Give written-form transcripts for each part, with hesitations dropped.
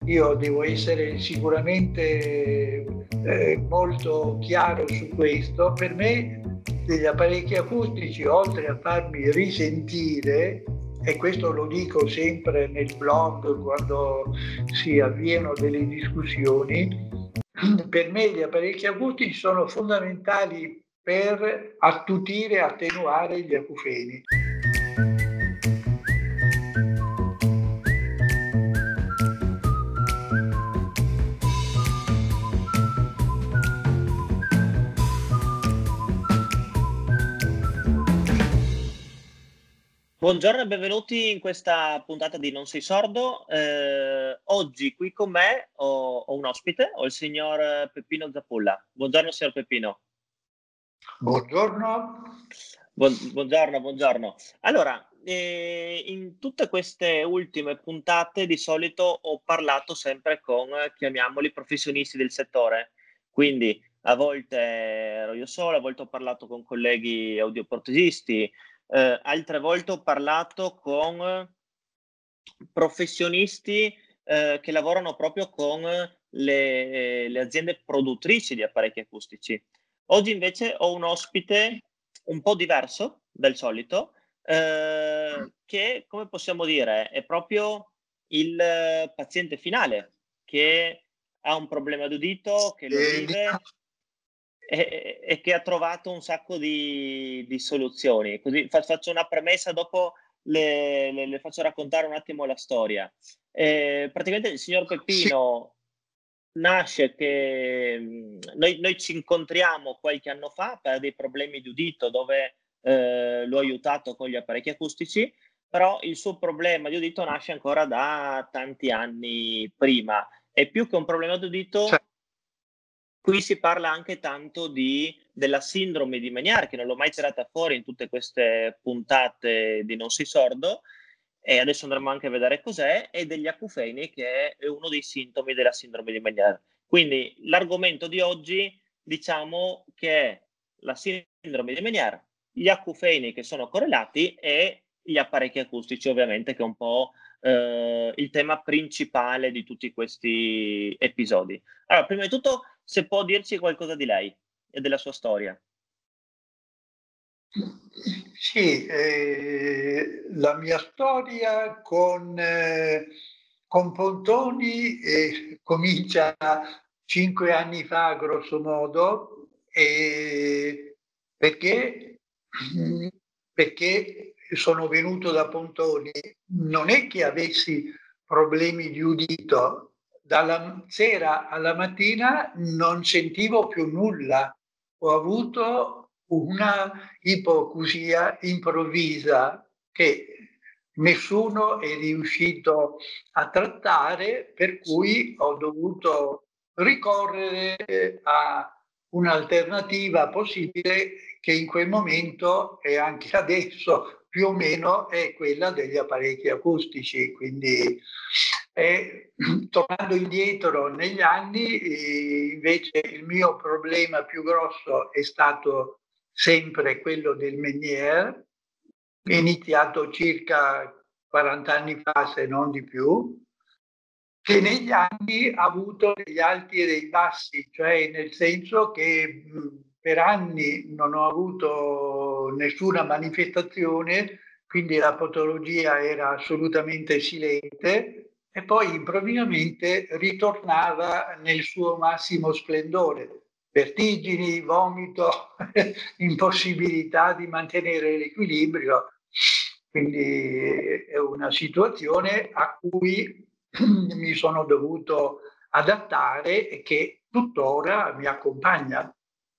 io devo essere sicuramente molto chiaro su questo. Per me degli apparecchi acustici, oltre a farmi risentire, e questo lo dico sempre nel blog quando si avviano delle discussioni, per me gli apparecchi acustici sono fondamentali per attutire e attenuare gli acufeni. Buongiorno e benvenuti in questa puntata di Non sei sordo. Oggi qui con me ho un ospite, ho il signor Peppino Zappulla. Buongiorno signor Peppino. Buongiorno. Buongiorno. Allora, in tutte queste ultime puntate di solito ho parlato sempre con, chiamiamoli, professionisti del settore. Quindi a volte ero io solo, a volte ho parlato con colleghi audioprotesisti, altre volte ho parlato con professionisti che lavorano proprio con le aziende produttrici di apparecchi acustici. Oggi invece ho un ospite un po' diverso del solito, che, come possiamo dire, è proprio il paziente finale che ha un problema d'udito, che lo vive e che ha trovato un sacco di soluzioni. Così faccio una premessa, dopo le faccio raccontare un attimo la storia. Praticamente il signor Peppino nasce che noi ci incontriamo qualche anno fa per dei problemi di udito, dove l'ho aiutato con gli apparecchi acustici, però il suo problema di udito nasce ancora da tanti anni prima. E più che un problema di udito, qui si parla anche tanto della sindrome di Meniere, che non l'ho mai tirata fuori in tutte queste puntate di Non sei sordo, e adesso andremo anche a vedere cos'è, e degli acufeni, che è uno dei sintomi della sindrome di Meniere. Quindi l'argomento di oggi, diciamo che è la sindrome di Meniere, gli acufeni che sono correlati e gli apparecchi acustici, ovviamente, che è un po' il tema principale di tutti questi episodi. Allora, prima di tutto, se può dirci qualcosa di lei e della sua storia. Sì, la mia storia con Pontoni comincia 5 anni fa, grosso modo, perché, perché sono venuto da Pontoni. Non è che avessi problemi di udito, dalla sera alla mattina non sentivo più nulla. Ho avuto una ipoacusia improvvisa che nessuno è riuscito a trattare, per cui ho dovuto ricorrere a un'alternativa possibile che in quel momento e anche adesso più o meno è quella degli apparecchi acustici. Quindi tornando indietro negli anni, invece il mio problema più grosso è stato sempre quello del Meniere, iniziato circa 40 anni fa, se non di più, che negli anni ha avuto degli alti e dei bassi, cioè nel senso che per anni non ho avuto nessuna manifestazione, quindi la patologia era assolutamente silente, e poi improvvisamente ritornava nel suo massimo splendore. Vertigini, vomito, impossibilità di mantenere l'equilibrio. Quindi è una situazione a cui mi sono dovuto adattare e che tuttora mi accompagna.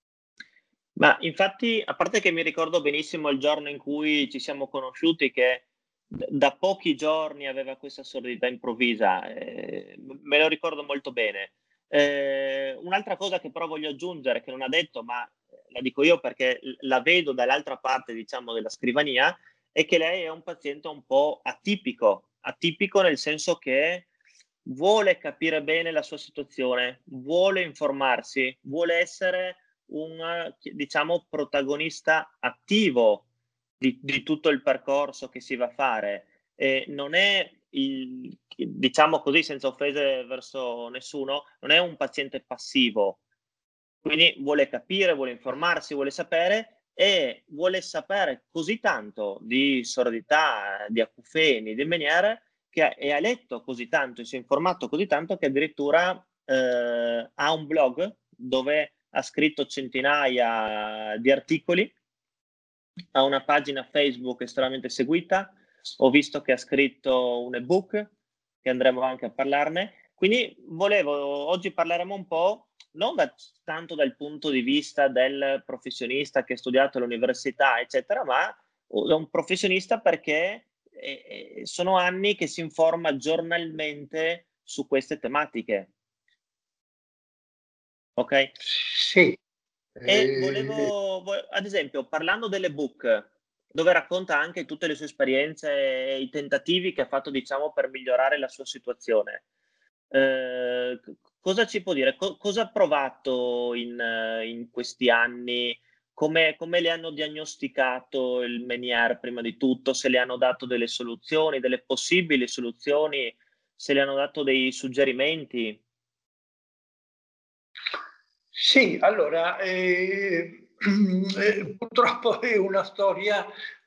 Ma infatti, a parte che mi ricordo benissimo il giorno in cui ci siamo conosciuti, che da pochi giorni aveva questa sordità improvvisa, me lo ricordo molto bene. Un'altra cosa che però voglio aggiungere, che non ha detto, ma la dico io perché la vedo dall'altra parte, diciamo, della scrivania, è che lei è un paziente un po' atipico nel senso che vuole capire bene la sua situazione, vuole informarsi, vuole essere un, diciamo, protagonista attivo di tutto il percorso che si va a fare. Non è diciamo così, senza offese verso nessuno, non è un paziente passivo, quindi vuole capire, vuole informarsi, vuole sapere e vuole sapere così tanto di sordità, di acufeni, di Meniere, e ha letto così tanto, si è informato così tanto che addirittura ha un blog dove ha scritto centinaia di articoli, ha una pagina Facebook estremamente seguita, ho visto che ha scritto un ebook, che andremo anche a parlarne, quindi oggi parleremo un po', non tanto dal punto di vista del professionista che ha studiato all'università, eccetera, ma da un professionista perché sono anni che si informa giornalmente su queste tematiche. Ok? Sì. E ad esempio, parlando dell'ebook, dove racconta anche tutte le sue esperienze e i tentativi che ha fatto, diciamo, per migliorare la sua situazione, cosa ci può dire? Cosa ha provato in questi anni? Come le hanno diagnosticato il Meniere prima di tutto? Se le hanno dato delle soluzioni, delle possibili soluzioni? Se le hanno dato dei suggerimenti? Sì, allora, purtroppo è una storia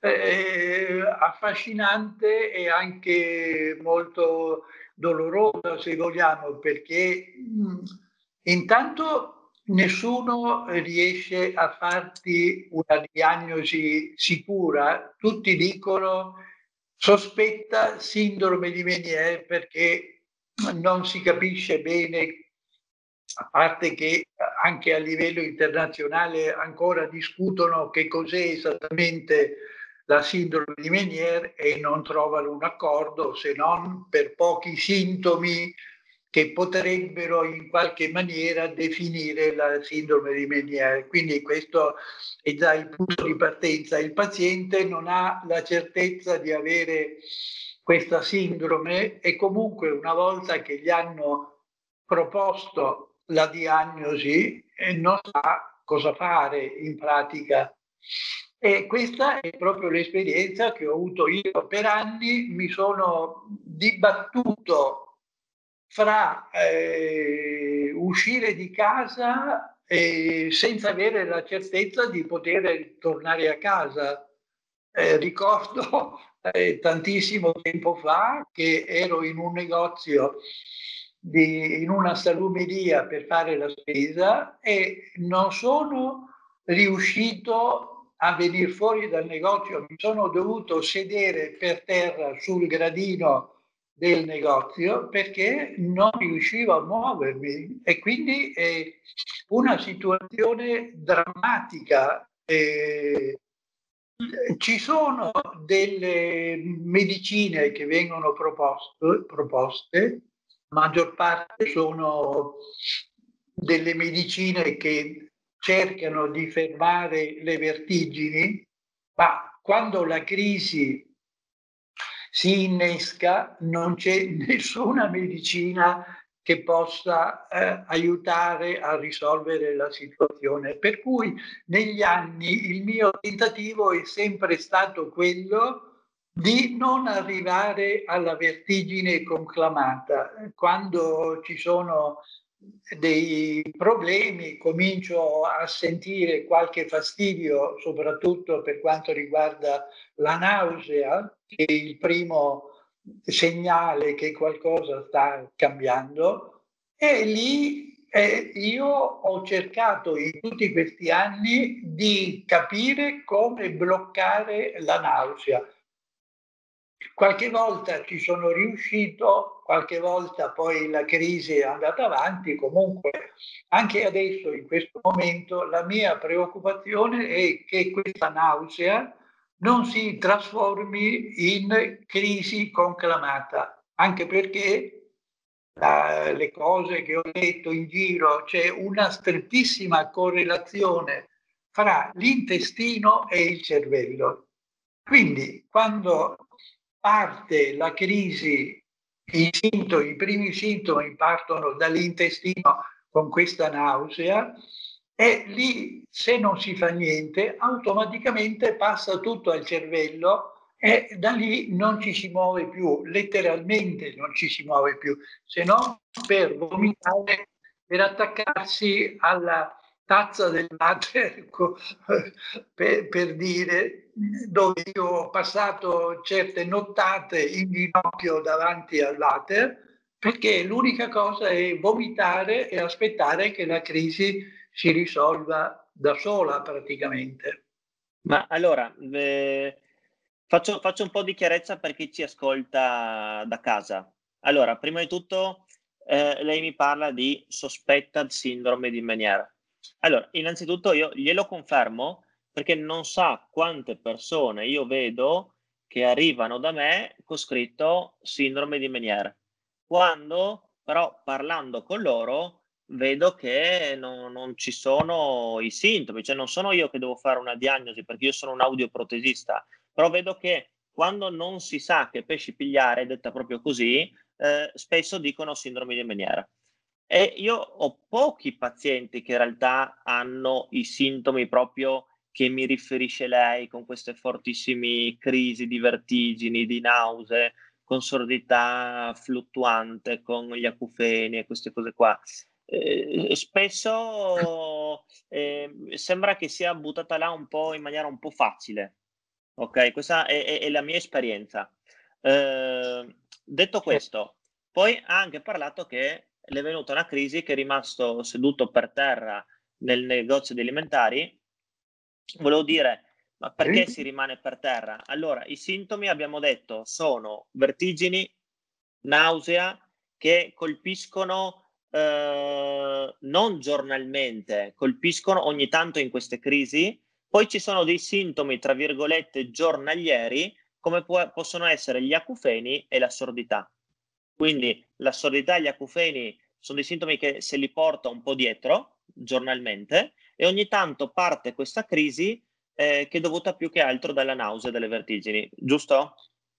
affascinante e anche molto dolorosa, se vogliamo, perché intanto nessuno riesce a farti una diagnosi sicura. Tutti dicono sospetta sindrome di Meniere perché non si capisce bene, a parte che anche a livello internazionale ancora discutono che cos'è esattamente la sindrome di Meniere e non trovano un accordo, se non per pochi sintomi che potrebbero in qualche maniera definire la sindrome di Meniere. Quindi questo è già il punto di partenza. Il paziente non ha la certezza di avere questa sindrome e comunque una volta che gli hanno proposto la diagnosi non sa cosa fare in pratica. E questa è proprio l'esperienza che ho avuto io. Per anni mi sono dibattuto fra uscire di casa senza avere la certezza di poter tornare a casa. Ricordo tantissimo tempo fa che ero in un negozio, in una salumeria per fare la spesa e non sono riuscito a venire fuori dal negozio, mi sono dovuto sedere per terra sul gradino del negozio perché non riuscivo a muovermi e quindi è una situazione drammatica. Ci sono delle medicine che vengono proposte, la maggior parte sono delle medicine che cercano di fermare le vertigini, ma quando la crisi si innesca non c'è nessuna medicina che possa aiutare a risolvere la situazione. Per cui negli anni il mio tentativo è sempre stato quello di non arrivare alla vertigine conclamata. Quando ci sono dei problemi, comincio a sentire qualche fastidio, soprattutto per quanto riguarda la nausea, che è il primo segnale che qualcosa sta cambiando, e lì io ho cercato in tutti questi anni di capire come bloccare la nausea. Qualche volta ci sono riuscito, qualche volta poi la crisi è andata avanti, comunque anche adesso in questo momento la mia preoccupazione è che questa nausea non si trasformi in crisi conclamata, anche perché le cose che ho letto in giro c'è una strettissima correlazione fra l'intestino e il cervello. Quindi quando parte la crisi, i primi sintomi partono dall'intestino con questa nausea e lì se non si fa niente automaticamente passa tutto al cervello e da lì non ci si muove più, letteralmente non ci si muove più, se non per vomitare, per attaccarsi alla tazza del latte, per dire, dove io ho passato certe nottate in ginocchio davanti al water, perché l'unica cosa è vomitare e aspettare che la crisi si risolva da sola praticamente. Ma allora, faccio un po' di chiarezza per chi ci ascolta da casa. Allora, prima di tutto, lei mi parla di sospetta sindrome di Meniere. Allora, innanzitutto io glielo confermo perché non sa quante persone io vedo che arrivano da me con scritto sindrome di Meniere. Quando però parlando con loro vedo che non ci sono i sintomi, cioè non sono io che devo fare una diagnosi perché io sono un audioprotesista, però vedo che quando non si sa che pesci pigliare, detta proprio così, spesso dicono sindrome di Meniere. E io ho pochi pazienti che in realtà hanno i sintomi proprio che mi riferisce lei, con queste fortissimi crisi di vertigini, di nausee, con sordità fluttuante, con gli acufeni e queste cose qua. Spesso sembra che sia buttata là un po' in maniera un po' facile, okay, questa è la mia esperienza. Detto questo, poi ha anche parlato che le è venuta una crisi, che è rimasto seduto per terra nel negozio di alimentari. Volevo dire: ma perché si rimane per terra? Allora, i sintomi abbiamo detto sono vertigini, nausea, che colpiscono, non giornalmente, colpiscono ogni tanto in queste crisi. Poi ci sono dei sintomi, tra virgolette, "giornalieri", come possono essere gli acufeni e la sordità. Quindi la sordità e gli acufeni sono dei sintomi che se li porta un po' dietro, giornalmente, e ogni tanto parte questa crisi, che è dovuta più che altro dalla nausea e dalle vertigini, giusto?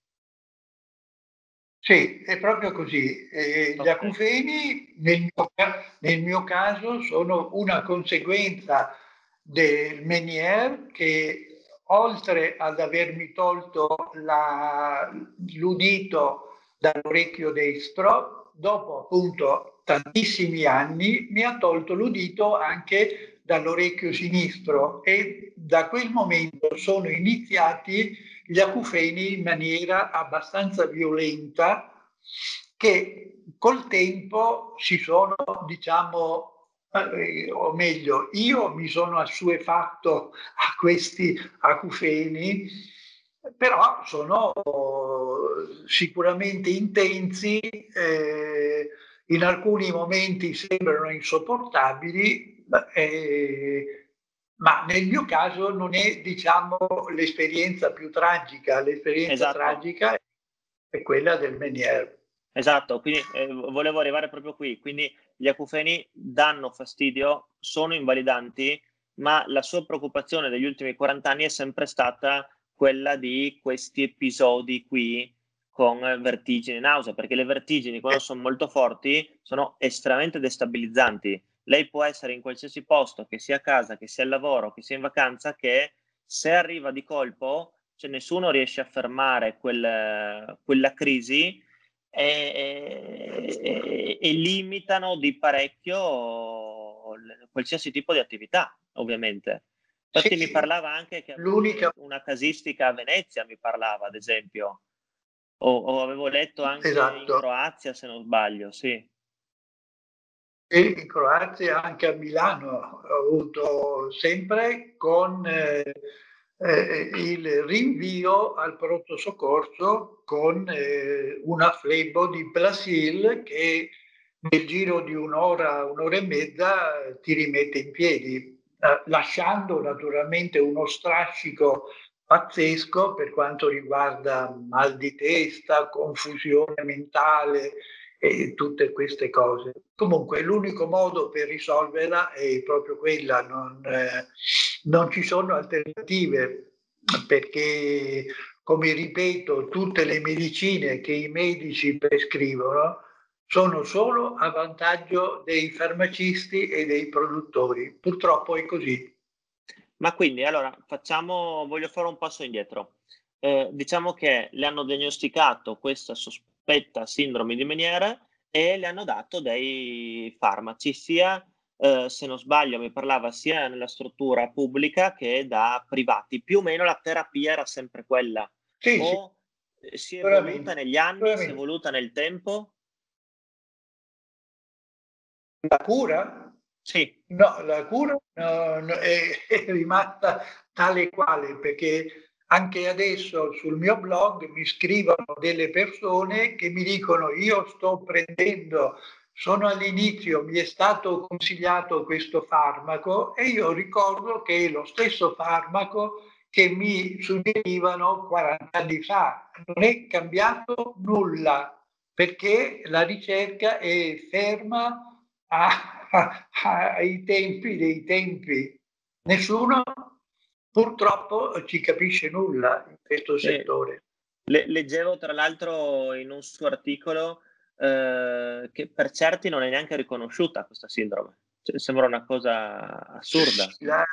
Sì, è proprio così. Gli Okay. acufeni nel mio caso sono una conseguenza del Meniere che oltre ad avermi tolto l'udito dall'orecchio destro, dopo appunto tantissimi anni mi ha tolto l'udito anche dall'orecchio sinistro e da quel momento sono iniziati gli acufeni in maniera abbastanza violenta che col tempo si sono, diciamo, o meglio, io mi sono assuefatto a questi acufeni, però sono sicuramente intensi, in alcuni momenti sembrano insopportabili, ma nel mio caso non è, diciamo, l'esperienza più tragica, l'esperienza Esatto. tragica è quella del Meniere. Esatto, quindi, volevo arrivare proprio qui. Quindi gli acufeni danno fastidio, sono invalidanti, ma la sua preoccupazione degli ultimi 40 anni è sempre stata quella di questi episodi qui con vertigini e nausea, perché le vertigini quando son molto forti sono estremamente destabilizzanti. Lei può essere in qualsiasi posto, che sia a casa, che sia al lavoro, che sia in vacanza, che se arriva di colpo, cioè nessuno riesce a fermare quella crisi e limitano di parecchio qualsiasi tipo di attività, ovviamente. Sì, Infatti mi parlava anche che aveva l'unica, una casistica a Venezia, mi parlava ad esempio, o avevo letto anche in esatto, Croazia se non sbaglio, sì. e in Croazia, anche a Milano, ho avuto sempre con il rinvio al pronto soccorso con una flebo di Plasil che nel giro di un'ora e mezza ti rimette in piedi, lasciando naturalmente uno strascico pazzesco per quanto riguarda mal di testa, confusione mentale e tutte queste cose. Comunque l'unico modo per risolverla è proprio quella, non ci sono alternative perché, come ripeto, tutte le medicine che i medici prescrivono sono solo a vantaggio dei farmacisti e dei produttori. Purtroppo è così. Ma quindi allora voglio fare un passo indietro. diciamo che le hanno diagnosticato questa sospetta sindrome di Meniere e le hanno dato dei farmaci, sia se non sbaglio mi parlava sia nella struttura pubblica che da privati. Più o meno la terapia era sempre quella Sì, sì, o, si è evoluta sicuramente, negli anni, si è sicuramente. evoluta nel tempo? La cura? Sì, No, la cura no, è rimasta tale quale, perché anche adesso sul mio blog mi scrivono delle persone che mi dicono io sto prendendo, sono all'inizio, mi è stato consigliato questo farmaco e io ricordo che è lo stesso farmaco che mi suggerivano 40 anni fa. Non è cambiato nulla perché la ricerca è ferma ai tempi dei tempi. Nessuno purtroppo ci capisce nulla in questo sì. settore. Leggevo tra l'altro in un suo articolo, che per certi non è neanche riconosciuta questa sindrome. Cioè, sembra una cosa assurda. La,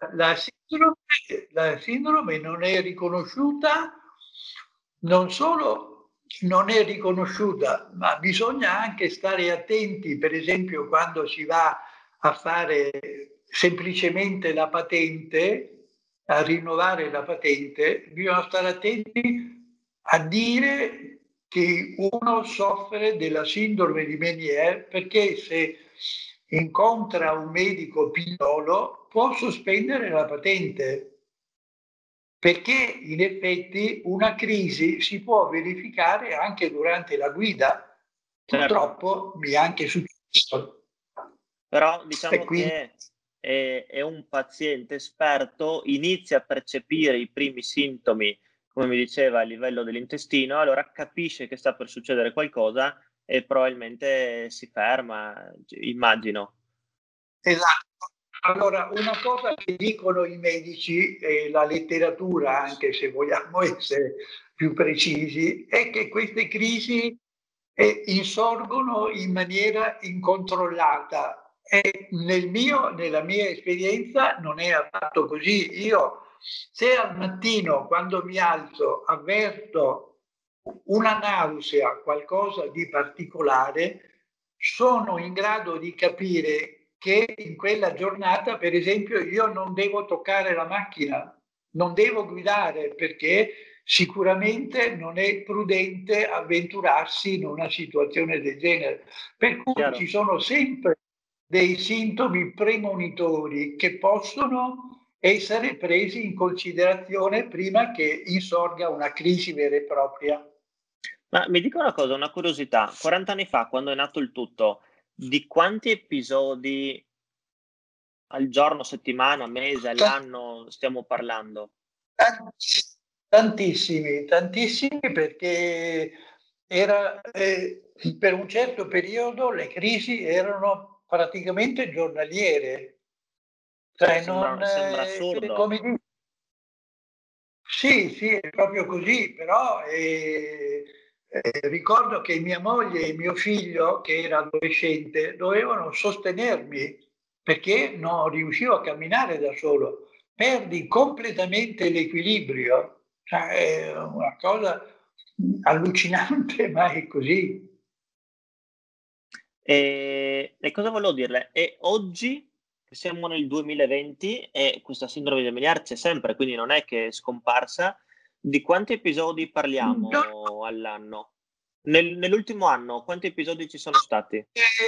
la sindrome non è riconosciuta, non solo non è riconosciuta, ma bisogna anche stare attenti, per esempio, quando si va a fare semplicemente la patente, a rinnovare la patente, bisogna stare attenti a dire che uno soffre della sindrome di Meniere perché se incontra un medico pignolo può sospendere la patente perché in effetti una crisi si può verificare anche durante la guida. Certo. Purtroppo mi è anche successo. Però E diciamo quindi che è un paziente esperto, inizia a percepire i primi sintomi, come mi diceva, a livello dell'intestino, allora capisce che sta per succedere qualcosa e probabilmente si ferma, immagino. esatto. Allora, una cosa che dicono i medici e la letteratura, anche se vogliamo essere più precisi, è che queste crisi insorgono in maniera incontrollata. E nella mia esperienza non è affatto così. Io, se al mattino, quando mi alzo, avverto una nausea, qualcosa di particolare, sono in grado di capire che in quella giornata, per esempio, io non devo toccare la macchina, non devo guidare perché sicuramente non è prudente avventurarsi in una situazione del genere. Per cui ci Chiaro? sono sempre dei sintomi premonitori che possono essere presi in considerazione prima che insorga una crisi vera e propria. Ma mi dica una cosa, una curiosità. 40 anni fa, quando è nato il tutto, di quanti episodi al giorno, settimana, mese, all'anno stiamo parlando? Tantissimi, tantissimi perché era, per un certo periodo le crisi erano praticamente giornaliere, Cioè cioè non, sembra assurdo. come dire, sì, sì, è proprio così, però ricordo che mia moglie e mio figlio, che era adolescente, dovevano sostenermi perché non riuscivo a camminare da solo. Perdi completamente l'equilibrio, cioè, è una cosa allucinante, ma è così. E cosa volevo dirle? E oggi, che siamo nel 2020 e questa sindrome di Meniere c'è sempre, quindi non è che è scomparsa, di quanti episodi No, parliamo all'anno? Nell'ultimo anno quanti episodi ci sono stati?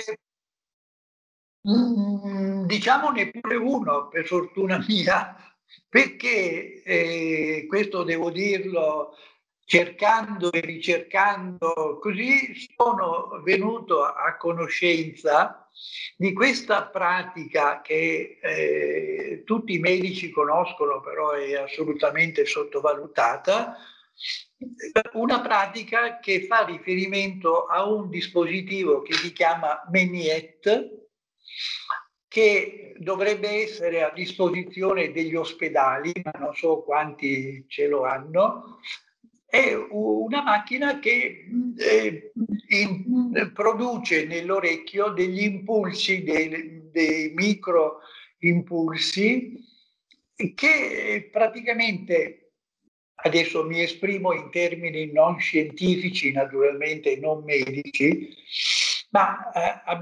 Diciamo neppure uno, per fortuna mia, perché questo devo dirlo, cercando e ricercando così, sono venuto a conoscenza di questa pratica che tutti i medici conoscono, però è assolutamente sottovalutata, una pratica che fa riferimento a un dispositivo che si chiama Meniette, che dovrebbe essere a disposizione degli ospedali, ma non so quanti ce lo hanno. È una macchina che produce nell'orecchio degli impulsi, dei micro impulsi che praticamente adesso mi esprimo in termini non scientifici, naturalmente non medici, ma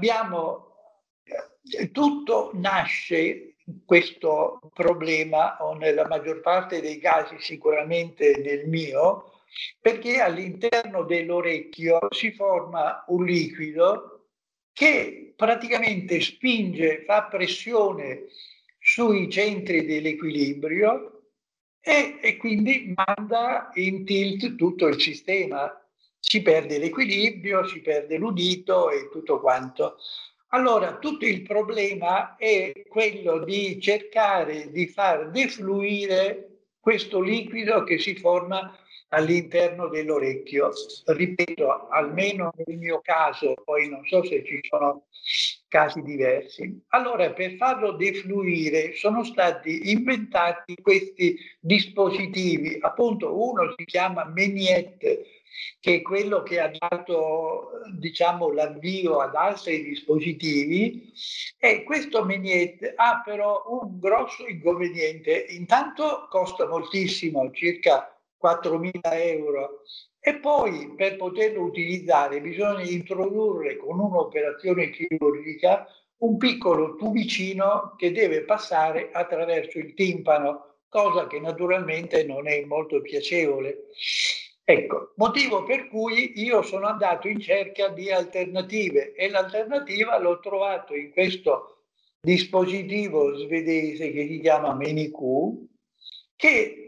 tutto nasce, questo problema, o nella maggior parte dei casi sicuramente nel mio, perché all'interno dell'orecchio si forma un liquido che praticamente spinge, fa pressione sui centri dell'equilibrio e quindi manda in tilt tutto il sistema. Si perde l'equilibrio, si perde l'udito e tutto quanto. Allora, tutto il problema è quello di cercare di far defluire questo liquido che si forma all'interno dell'orecchio. Ripeto, almeno nel mio caso, poi non so se ci sono casi diversi. Allora, per farlo defluire sono stati inventati questi dispositivi. Appunto, uno si chiama Meniette, che è quello che ha dato, diciamo, l'avvio ad altri dispositivi, e questo Meniette ha però un grosso inconveniente. Intanto costa moltissimo, circa 4.000 euro, e poi per poterlo utilizzare bisogna introdurre con un'operazione chirurgica un piccolo tubicino che deve passare attraverso il timpano, cosa che naturalmente non è molto piacevole. Ecco, motivo per cui io sono andato in cerca di alternative, e l'alternativa l'ho trovato in questo dispositivo svedese che si chiama Meniq, che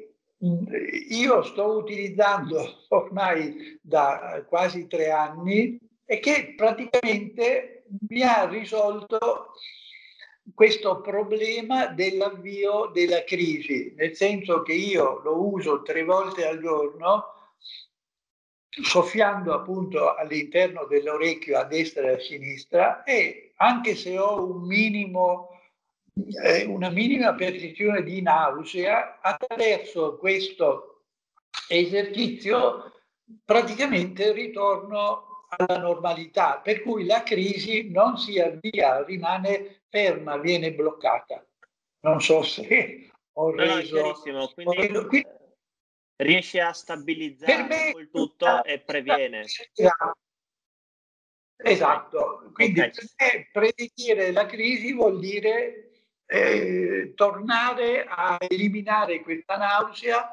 io sto utilizzando ormai da quasi 3 anni e che praticamente mi ha risolto questo problema dell'avvio della crisi, nel senso che io lo uso 3 volte al giorno, soffiando appunto all'interno dell'orecchio a destra e a sinistra, e anche se ho una minima percezione di nausea, attraverso questo esercizio praticamente ritorno alla normalità, per cui la crisi non si avvia, rimane ferma, viene bloccata. Non so se ho No, è reso... chiarissimo, quindi riesce a Per stabilizzare un me po' il tutto e previene. esatto, quindi Ok. per me prevenire la crisi vuol dire tornare a eliminare questa nausea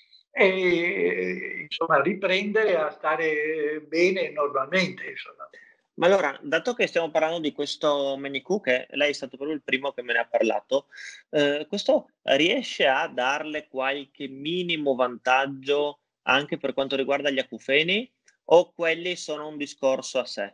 e insomma riprendere a stare bene normalmente. Insomma. Ma allora, dato che stiamo parlando di questo Menicu, che lei è stato proprio il primo che me ne ha parlato, questo riesce a darle qualche minimo vantaggio anche per quanto riguarda gli acufeni, o quelli sono un discorso a sé?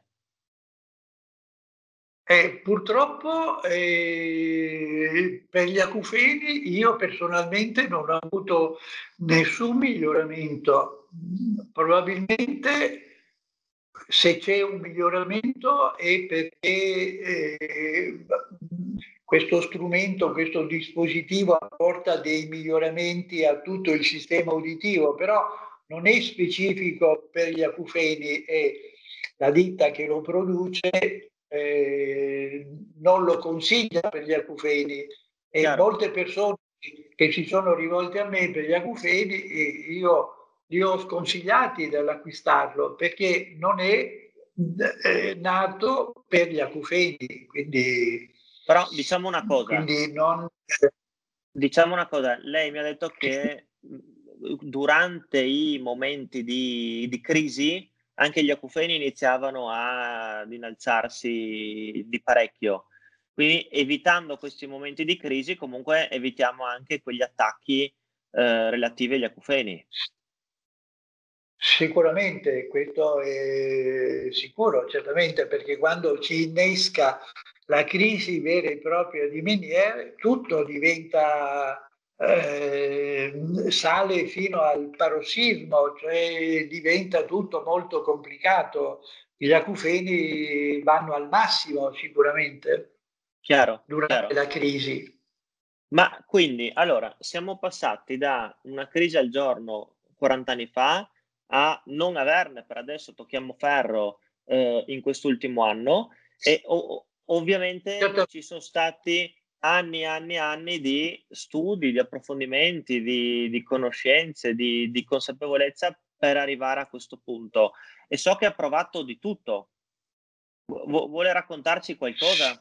Purtroppo per gli acufeni io personalmente non ho avuto nessun miglioramento. Probabilmente se c'è un miglioramento è perché questo strumento, questo dispositivo apporta dei miglioramenti a tutto il sistema uditivo, però non è specifico per gli acufeni, e la ditta che lo produce non lo consiglia per gli acufeni, e Chiaro. molte persone che si sono rivolte a me per gli acufeni, io li ho sconsigliati dall'acquistarlo perché non è nato per gli acufeni, Però diciamo una cosa, quindi non... lei mi ha detto che durante i momenti di crisi anche gli acufeni iniziavano ad innalzarsi di parecchio. Quindi evitando questi momenti di crisi comunque evitiamo anche quegli attacchi relativi agli acufeni. Sicuramente, questo è sicuro, certamente, perché quando si innesca la crisi vera e propria di Meniere, tutto diventa, sale fino al parossismo, cioè diventa tutto molto complicato. Gli acufeni vanno al massimo sicuramente Chiaro, durante chiaro. la crisi. Ma quindi, allora, siamo passati da una crisi al giorno 40 anni fa a non averne per adesso, tocchiamo ferro, in quest'ultimo anno, e ovviamente Certo. ci son stati anni e anni e anni di studi, di approfondimenti, di conoscenze, di consapevolezza per arrivare a questo punto. E so che ha provato di tutto. Vuole raccontarci qualcosa?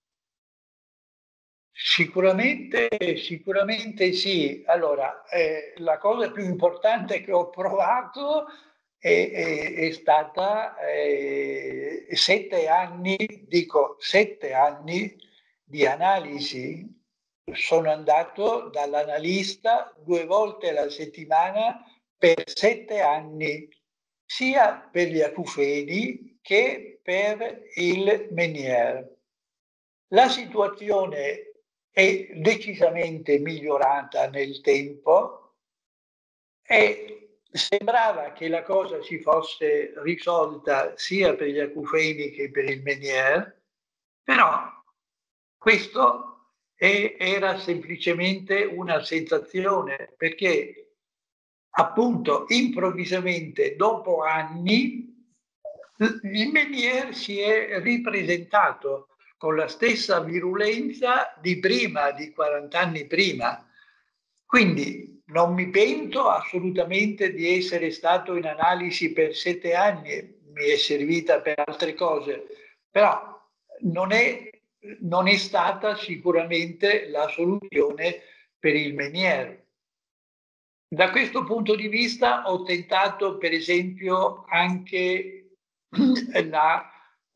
Sicuramente sì. Allora, la cosa più importante che ho provato è stata 7 anni, dico 7 anni di analisi. Sono andato dall'analista 2 volte alla settimana per 7 anni, sia per gli acufeni che per il Meniere. La situazione è decisamente migliorata nel tempo e sembrava che la cosa si fosse risolta sia per gli acufeni che per il Meniere, però questo era semplicemente una sensazione, perché appunto improvvisamente dopo anni il Meniere si è ripresentato con la stessa virulenza di prima, di 40 anni prima. Quindi non mi pento assolutamente di essere stato in analisi per 7 anni, mi è servita per altre cose, però non è stata sicuramente la soluzione per il Meniere. Da questo punto di vista ho tentato, per esempio, anche la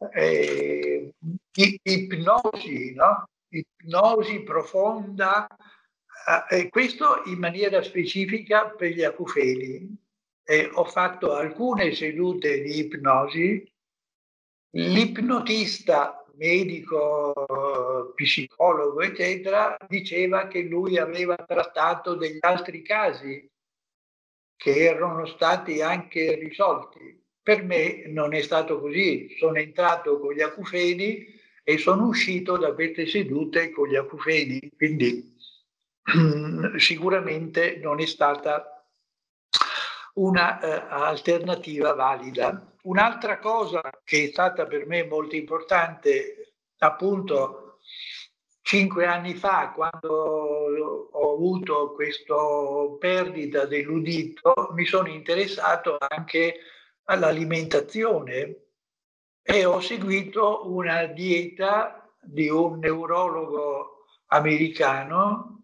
ipnosi, no? Ipnosi profonda, questo in maniera specifica per gli acufeni. Ho fatto alcune sedute di ipnosi. L'ipnotista, medico, psicologo, eccetera, diceva che lui aveva trattato degli altri casi che erano stati anche risolti. Per me non è stato così. Sono entrato con gli acufeni e sono uscito da queste sedute con gli acufeni. Quindi sicuramente non è stata una alternativa valida. Un'altra cosa che è stata per me molto importante, appunto 5 anni fa, quando ho avuto questa perdita dell'udito, mi sono interessato anche all'alimentazione e ho seguito una dieta di un neurologo americano.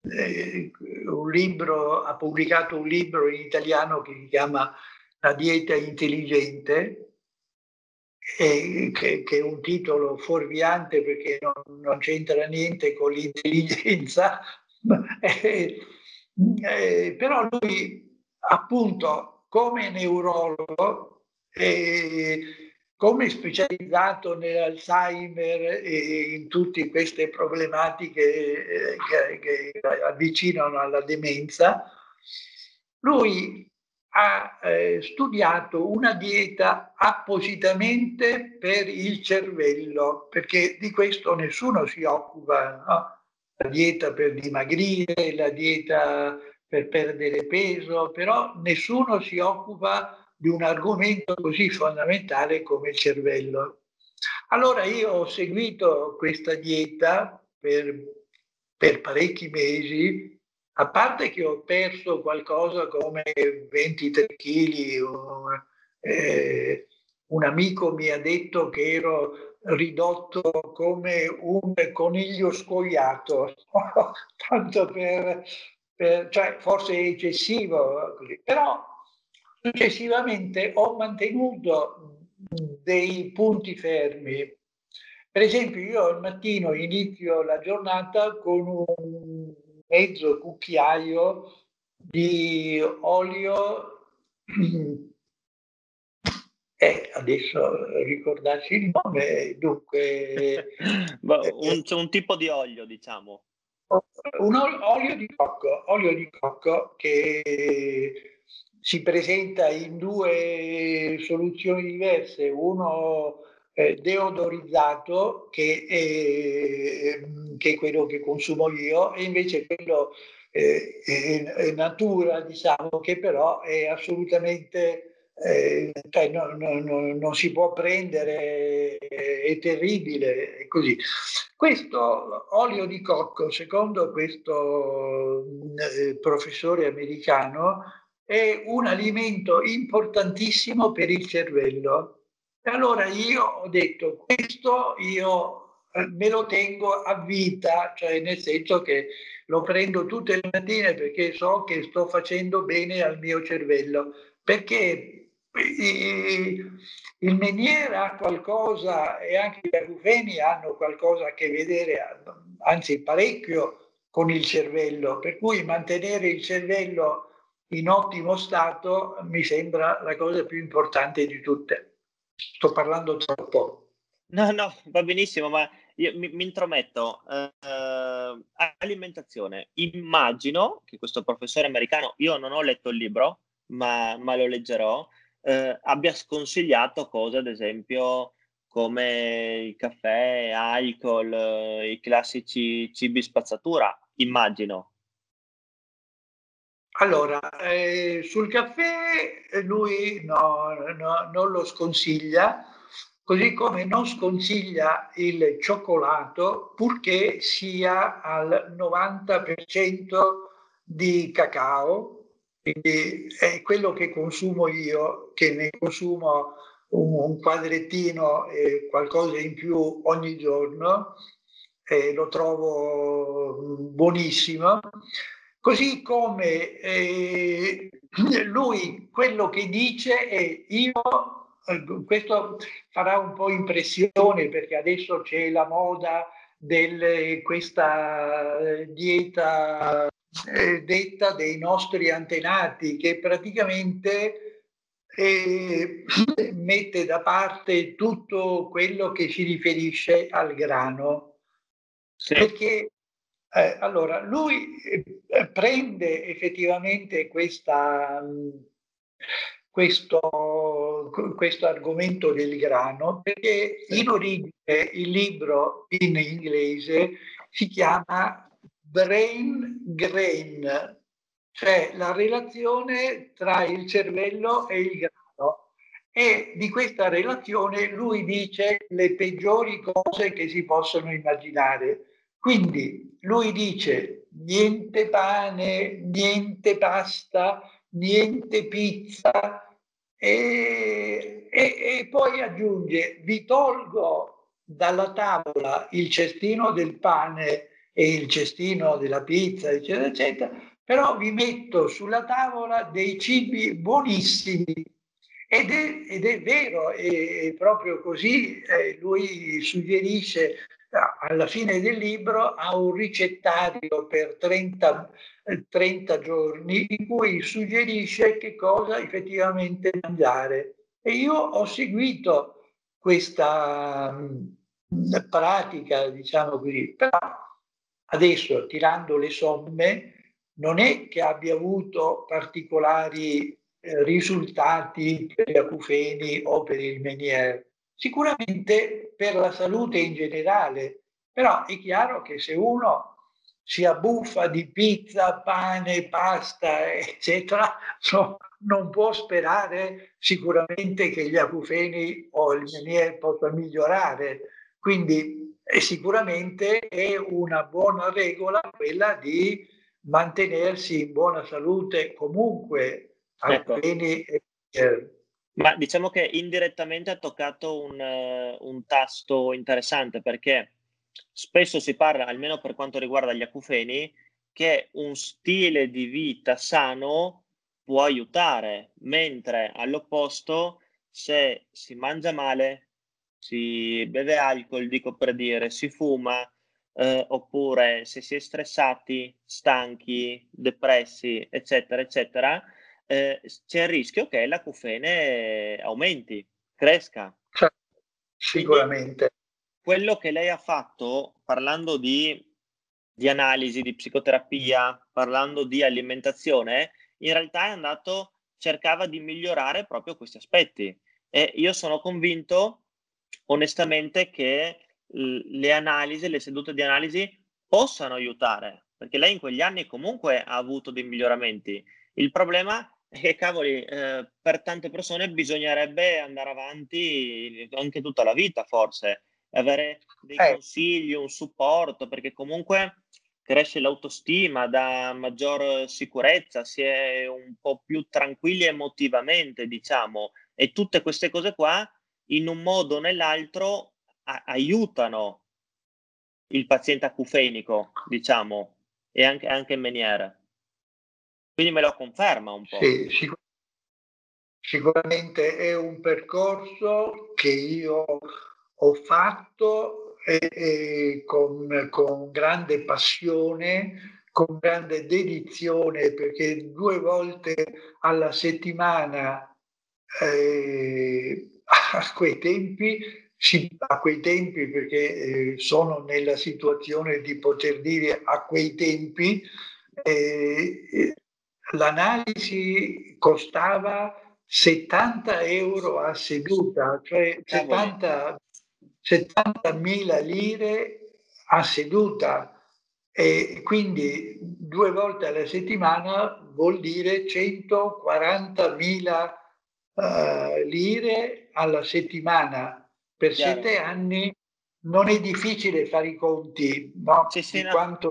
Ha pubblicato un libro in italiano che si chiama La dieta intelligente, che è un titolo fuorviante perché non c'entra niente con l'intelligenza, però lui appunto come neurologo, come specializzato nell'Alzheimer e in tutte queste problematiche che avvicinano alla demenza, lui ha studiato una dieta appositamente per il cervello, perché di questo nessuno si occupa, no? La dieta per dimagrire, la dieta per perdere peso, però nessuno si occupa di un argomento così fondamentale come il cervello. Allora io ho seguito questa dieta per parecchi mesi, a parte che ho perso qualcosa come 23 kg, un amico mi ha detto che ero ridotto come un coniglio scoiato, tanto cioè forse è eccessivo, così. Però successivamente ho mantenuto dei punti fermi. Per esempio, io al mattino inizio la giornata con un mezzo cucchiaio di olio e adesso ricordassi il nome, dunque C'è un tipo di olio, diciamo. un olio di cocco che si presenta in due soluzioni diverse, uno deodorizzato che è quello che consumo io, e invece quello natura, diciamo, che però è assolutamente cioè non si può prendere, è terribile, è così. Questo olio di cocco, secondo questo professore americano, è un alimento importantissimo per il cervello. E allora io ho detto, questo io me lo tengo a vita, cioè nel senso che lo prendo tutte le mattine perché so che sto facendo bene al mio cervello, perché il meniere ha qualcosa e anche gli acufeni hanno qualcosa a che vedere, anzi parecchio, con il cervello, per cui mantenere il cervello in ottimo stato mi sembra la cosa più importante di tutte. Sto parlando troppo. No, no, va benissimo, ma io mi intrometto. Alimentazione. Immagino che questo professore americano, io non ho letto il libro, ma lo leggerò, abbia sconsigliato cose, ad esempio, come il caffè, alcol, i classici cibi spazzatura, immagino. Allora, sul caffè lui non lo sconsiglia, così come non sconsiglia il cioccolato, purché sia al 90% di cacao, quindi è quello che consumo io, che ne consumo un quadrettino e qualcosa in più ogni giorno, e lo trovo buonissimo. Così come lui quello che dice è io, questo farà un po' impressione perché adesso c'è la moda di questa dieta detta dei nostri antenati, che praticamente mette da parte tutto quello che si riferisce al grano, Sì, perché allora lui prende effettivamente questo argomento del grano, perché sì, in origine il libro in inglese si chiama Brain Grain, cioè la relazione tra il cervello e il grano. E di questa relazione lui dice le peggiori cose che si possono immaginare. Quindi lui dice niente pane, niente pasta, niente pizza e poi aggiunge vi tolgo dalla tavola il cestino del pane e il cestino della pizza, eccetera, eccetera, però vi metto sulla tavola dei cibi buonissimi. Ed è vero, è proprio così. Lui suggerisce alla fine del libro ha un ricettario per 30 giorni in cui suggerisce che cosa effettivamente mangiare. E io ho seguito questa pratica, diciamo così, però adesso tirando le somme non è che abbia avuto particolari risultati per gli acufeni o per il Meniere. Sicuramente per la salute in generale, però è chiaro che se uno si abbuffa di pizza, pane, pasta, eccetera, non può sperare sicuramente che gli acufeni o il Meniere possa migliorare. Quindi sicuramente è una buona regola quella di mantenersi in buona salute comunque ecco. acufeni Ma diciamo che indirettamente ha toccato un tasto interessante, perché spesso si parla, almeno per quanto riguarda gli acufeni, che un stile di vita sano può aiutare, mentre all'opposto se si mangia male, si beve alcol, dico per dire, si fuma, oppure se si è stressati, stanchi, depressi, eccetera, eccetera, c'è il rischio che l'acufene aumenti, cresca. cioè, Quindi sicuramente. quello che lei ha fatto, parlando di analisi, di psicoterapia, parlando di alimentazione, in realtà è andato cercava di migliorare proprio questi aspetti. E io sono convinto, onestamente, che le analisi, le sedute di analisi possano aiutare, perché lei in quegli anni comunque ha avuto dei miglioramenti. Il problema è che cavoli, per tante persone bisognerebbe andare avanti anche tutta la vita forse, avere dei Eh, consigli, un supporto, perché comunque cresce l'autostima, dà maggior sicurezza, si è un po' più tranquilli emotivamente, diciamo, e tutte queste cose qua in un modo o nell'altro aiutano il paziente acufenico, diciamo, e anche il meniere. Quindi me lo conferma un po'. sì, sicuramente è un percorso che io ho fatto con grande passione, con grande dedizione, perché 2 volte alla settimana a quei tempi, a quei tempi perché sono nella situazione di poter dire a quei tempi, l'analisi costava 70 € a seduta, cioè Cavoli, 70.000 lire a seduta. E quindi 2 volte alla settimana vuol dire 140.000 lire alla settimana. Per chiaro. 7 anni non è difficile fare i conti, no? Sì, sì, Di no. quanto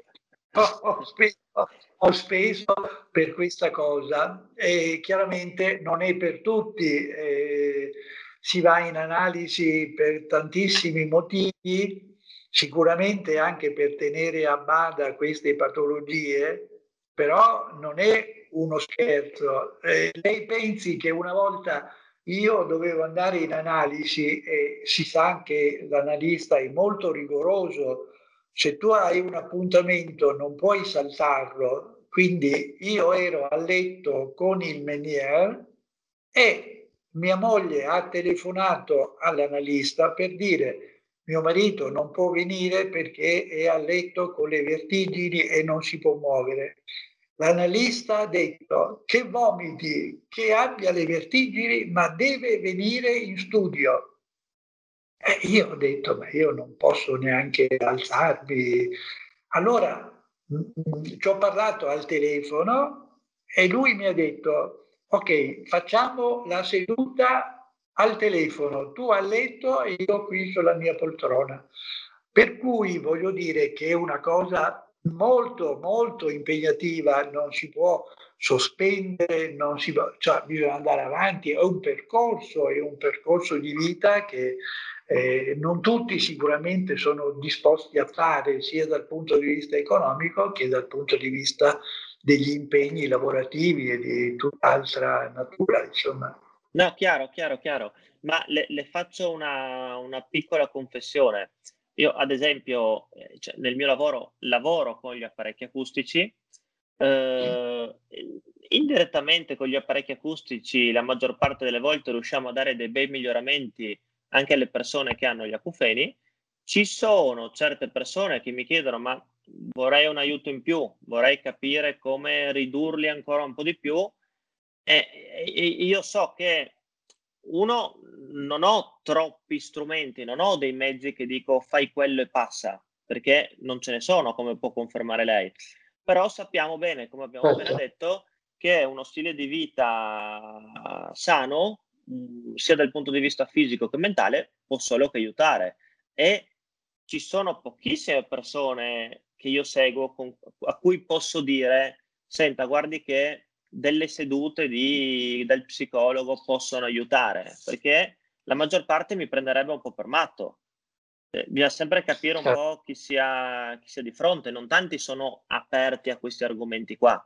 ho speso per questa cosa. E chiaramente non è per tutti, si va in analisi per tantissimi motivi, sicuramente anche per tenere a bada queste patologie, però non è uno scherzo. Lei pensi che una volta io dovevo andare in analisi e si sa che l'analista è molto rigoroso, se tu hai un appuntamento non puoi saltarlo, quindi io ero a letto con il Menier e mia moglie ha telefonato all'analista per dire mio marito non può venire perché è a letto con le vertigini e non si può muovere. L'analista ha detto che vomiti, che abbia le vertigini, ma deve venire in studio. E io ho detto, ma io non posso neanche alzarmi. Allora ci ho parlato al telefono e lui mi ha detto, ok, facciamo la seduta al telefono, tu a letto e io qui sulla mia poltrona. Per cui voglio dire che è una cosa molto, molto impegnativa, non si può sospendere, non si può, cioè bisogna andare avanti, è un percorso di vita che non tutti sicuramente sono disposti a fare, sia dal punto di vista economico che dal punto di vista degli impegni lavorativi e di tutt'altra natura, insomma. No, chiaro, chiaro, chiaro. Ma le faccio una piccola confessione. Io ad esempio, cioè nel mio lavoro, lavoro con gli apparecchi acustici, indirettamente con gli apparecchi acustici la maggior parte delle volte riusciamo a dare dei bei miglioramenti anche alle persone che hanno gli acufeni. Ci sono certe persone che mi chiedono: "Ma vorrei un aiuto in più, vorrei capire come ridurli ancora un po' di più". Io so che uno, non ho troppi strumenti, non ho dei mezzi che dico: "Fai quello e passa", perché non ce ne sono, come può confermare lei. Però sappiamo bene, come abbiamo appena Certo, detto, che uno stile di vita sano, sia dal punto di vista fisico che mentale, può solo che aiutare. E ci sono pochissime persone che io seguo a cui posso dire: "Senta, guardi che delle sedute dal psicologo possono aiutare", perché la maggior parte mi prenderebbe un po' per matto. Bisogna sempre capire un certo, po' chi sia di fronte, non tanti sono aperti a questi argomenti qua.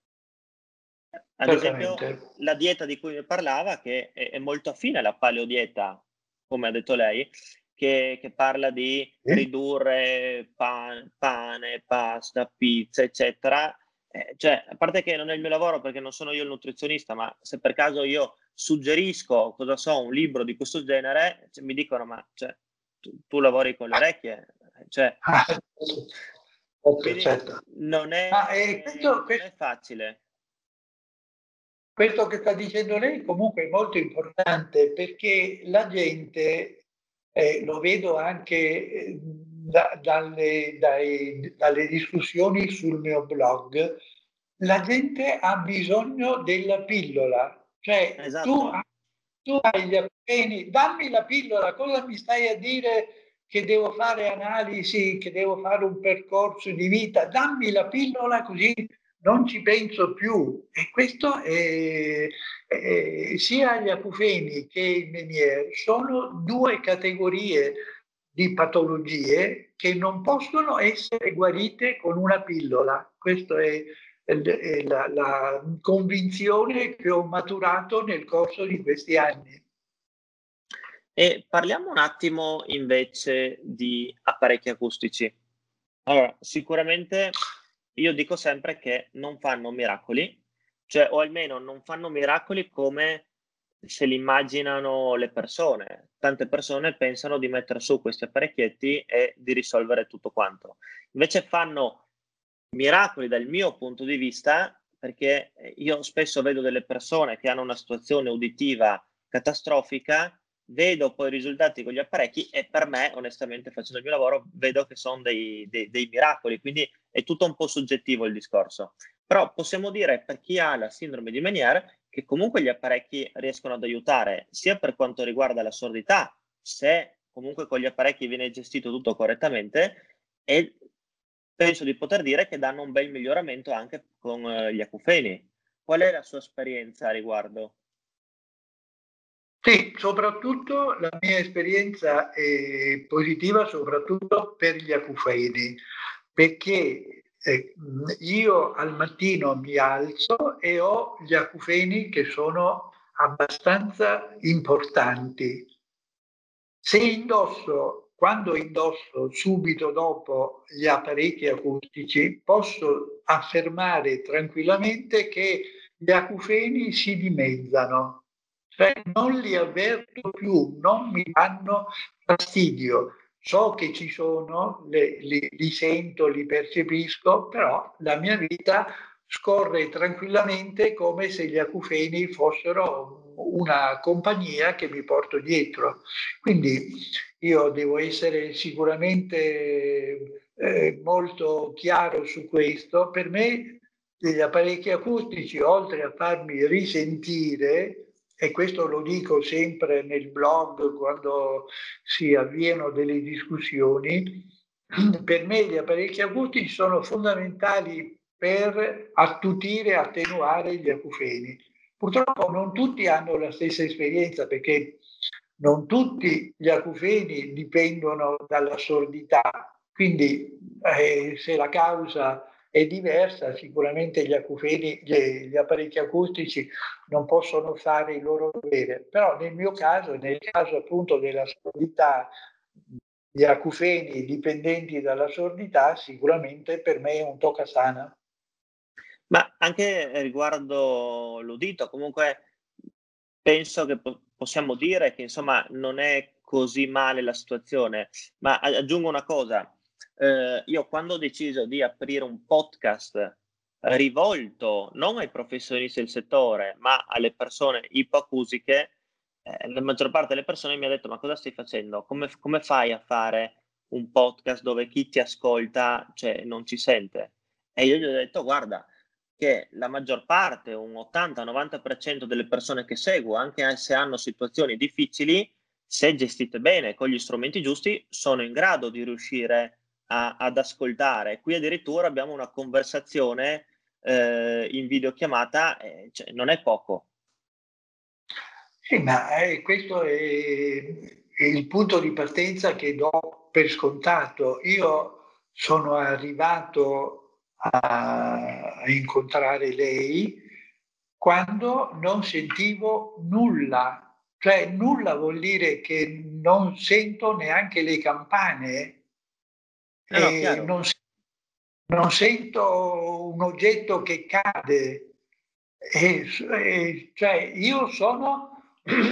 Ad esempio, certamente. la dieta di cui mi parlava, che è molto affine alla paleodieta, come ha detto lei, che parla di Sì. ridurre pane, pasta, pizza, eccetera. Cioè, a parte che non è il mio lavoro perché non sono io il nutrizionista, ma se per caso io suggerisco, cosa so, un libro di questo genere, cioè mi dicono: "Ma cioè, tu lavori con le orecchie?" Cioè, Ah, certo, quindi certo. non Ma è non è facile. questo che sta dicendo lei comunque è molto importante perché la gente, lo vedo anche dalle discussioni sul mio blog, la gente ha bisogno della pillola, cioè Esatto. tu hai gli acufeni, dammi la pillola, cosa mi stai a dire che devo fare analisi, che devo fare un percorso di vita, dammi la pillola così non ci penso più. E questo sia gli acufeni che i Meniere sono due categorie di patologie che non possono essere guarite con una pillola. Questa è la convinzione che ho maturato nel corso di questi anni. E parliamo un attimo invece di apparecchi acustici. Allora, sicuramente io dico sempre che non fanno miracoli, cioè o almeno non fanno miracoli come se li immaginano le persone. Tante persone pensano di mettere su questi apparecchietti e di risolvere tutto quanto. Invece fanno miracoli dal mio punto di vista, perché io spesso vedo delle persone che hanno una situazione uditiva catastrofica, vedo poi i risultati con gli apparecchi e per me, onestamente, facendo il mio lavoro, vedo che son dei miracoli, quindi è tutto un po' soggettivo il discorso. Però possiamo dire, per chi ha la sindrome di Meniere, che comunque gli apparecchi riescono ad aiutare, sia per quanto riguarda la sordità, se comunque con gli apparecchi viene gestito tutto correttamente, e penso di poter dire che danno un bel miglioramento anche con gli acufeni. Qual è la sua esperienza a riguardo? Sì, soprattutto la mia esperienza è positiva soprattutto per gli acufeni, perché io al mattino mi alzo e ho gli acufeni che sono abbastanza importanti. Quando indosso subito dopo gli apparecchi acustici, posso affermare tranquillamente che gli acufeni si dimezzano, cioè non li avverto più, non mi danno fastidio. So che ci sono, li sento, li percepisco, però la mia vita scorre tranquillamente come se gli acufeni fossero una compagnia che mi porto dietro. Quindi io devo essere sicuramente molto chiaro su questo. Per me gli apparecchi acustici, oltre a farmi risentire, e questo lo dico sempre nel blog quando si avviano delle discussioni, per me gli apparecchi acustici sono fondamentali per attutire e attenuare gli acufeni. Purtroppo non tutti hanno la stessa esperienza perché non tutti gli acufeni dipendono dalla sordità, quindi se la causa è diversa, sicuramente gli acufeni, gli apparecchi acustici non possono fare il loro dovere, però nel mio caso, nel caso appunto della sordità, gli acufeni dipendenti dalla sordità, sicuramente per me è un toccasana. Ma anche riguardo l'udito, comunque penso che possiamo dire che insomma non è così male la situazione, ma aggiungo una cosa, io quando ho deciso di aprire un podcast rivolto non ai professionisti del settore, ma alle persone ipoacusiche, la maggior parte delle persone mi ha detto: "Ma cosa stai facendo? Come fai a fare un podcast dove chi ti ascolta, cioè, non ci sente?" E io gli ho detto: "Guarda, che la maggior parte, un 80-90% delle persone che seguo, anche se hanno situazioni difficili, se gestite bene con gli strumenti giusti, sono in grado di riuscire ad ascoltare. Qui addirittura abbiamo una conversazione in videochiamata, cioè non è poco." Sì, ma questo è il punto di partenza che do per scontato. Io sono arrivato a incontrare lei quando non sentivo nulla, cioè nulla vuol dire che non sento neanche le campane No, no, e chiaro. non sento un oggetto che cade. Cioè io sono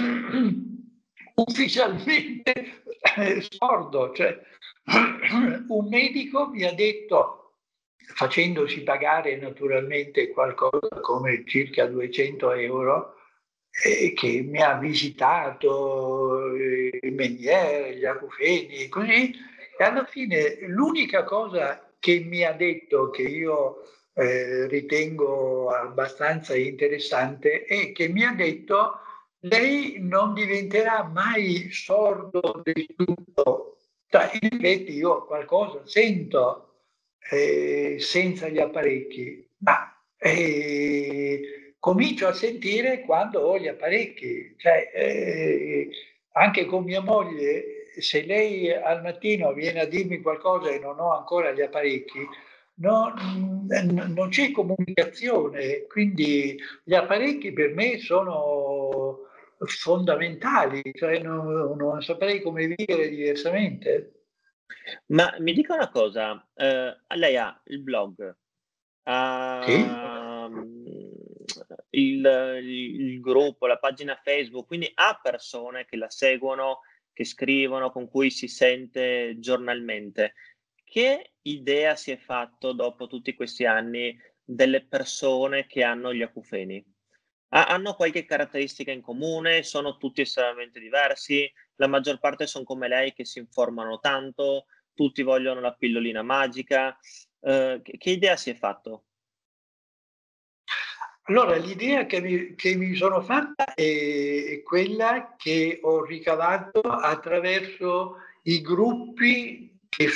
ufficialmente sordo, cioè un medico mi ha detto, facendosi pagare naturalmente qualcosa come circa 200 euro, che mi ha visitato il Meniere, gli acufeni e così, e alla fine l'unica cosa che mi ha detto che io ritengo abbastanza interessante, è che mi ha detto: lei non diventerà mai sordo del tutto. In effetti io qualcosa sento senza gli apparecchi, ma comincio a sentire quando ho gli apparecchi. Anche con mia moglie, se lei al mattino viene a dirmi qualcosa e non ho ancora gli apparecchi, non c'è comunicazione, quindi gli apparecchi per me sono fondamentali, cioè non saprei come vivere diversamente. Ma mi dica una cosa, lei ha il blog, Sì? ha il gruppo, la pagina Facebook, quindi ha persone che la seguono, che scrivono, con cui si sente giornalmente. Che idea si è fatto dopo tutti questi anni delle persone che hanno gli acufeni? Hanno qualche caratteristica in comune? Sono tutti estremamente diversi? La maggior parte son come lei che si informano tanto? Tutti vogliono la pillolina magica? Che idea si è fatto? Allora, l'idea che mi sono fatta è quella che ho ricavato attraverso i gruppi che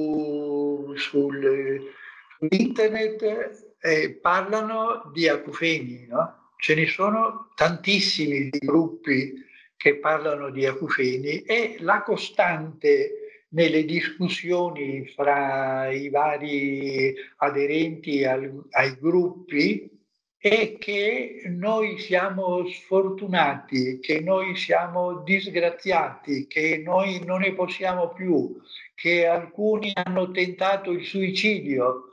su internet parlano di acufeni, no? Ce ne sono tantissimi di gruppi che parlano di acufeni e la costante nelle discussioni fra i vari aderenti ai gruppi è che noi siamo sfortunati, che noi siamo disgraziati, che noi non ne possiamo più, che alcuni hanno tentato il suicidio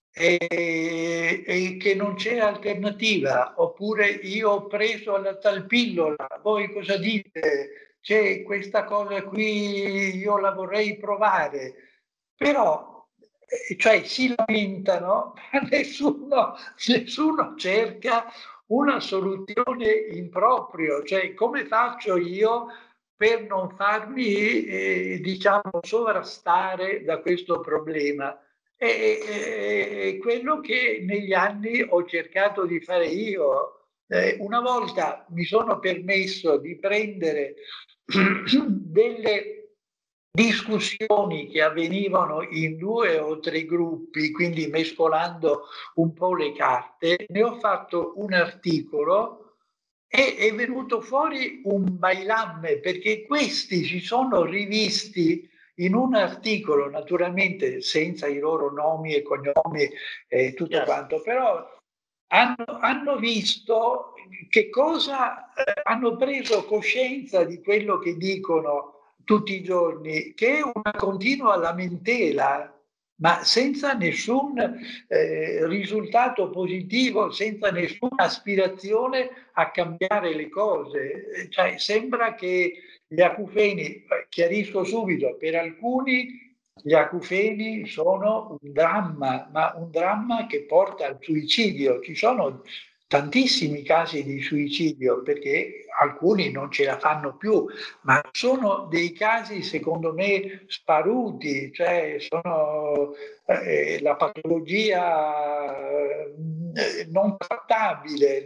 e che non c'è alternativa, oppure io ho preso la tal pillola, voi cosa dite? C'è questa cosa qui, io la vorrei provare, però cioè si lamentano, ma nessuno cerca una soluzione in proprio, cioè come faccio io per non farmi diciamo sovrastare da questo problema. È quello che negli anni ho cercato di fare io. Una volta mi sono permesso di prendere delle discussioni che avvenivano in 2 o 3 gruppi, quindi mescolando un po' le carte, ne ho fatto un articolo e è venuto fuori un bailamme, perché questi si sono rivisti in un articolo, naturalmente senza i loro nomi e cognomi e tutto Chiaro. quanto, però hanno visto che cosa, hanno preso coscienza di quello che dicono tutti i giorni, che è una continua lamentela, ma senza nessun risultato positivo, senza nessuna aspirazione a cambiare le cose. Cioè, sembra che gli acufeni, chiarisco subito, per alcuni gli acufeni sono un dramma, ma un dramma che porta al suicidio. Ci sono tantissimi casi di suicidio perché alcuni non ce la fanno più, ma sono dei casi secondo me sparuti, cioè sono la patologia non trattabile,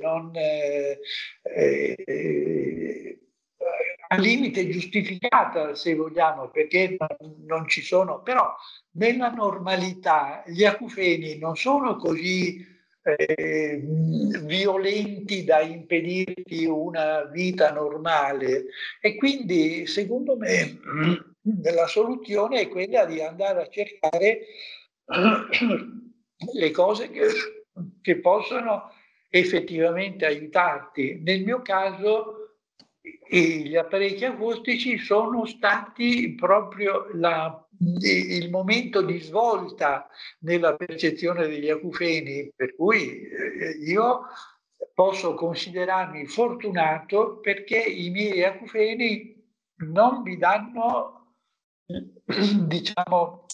al limite giustificata se vogliamo, perché non ci sono, però nella normalità gli acufeni non sono così violenti da impedirti una vita normale e quindi secondo me la soluzione è quella di andare a cercare le cose che possono effettivamente aiutarti. Nel mio caso gli apparecchi acustici sono stati proprio il momento di svolta nella percezione degli acufeni, per cui io posso considerarmi fortunato perché i miei acufeni non mi danno, diciamo,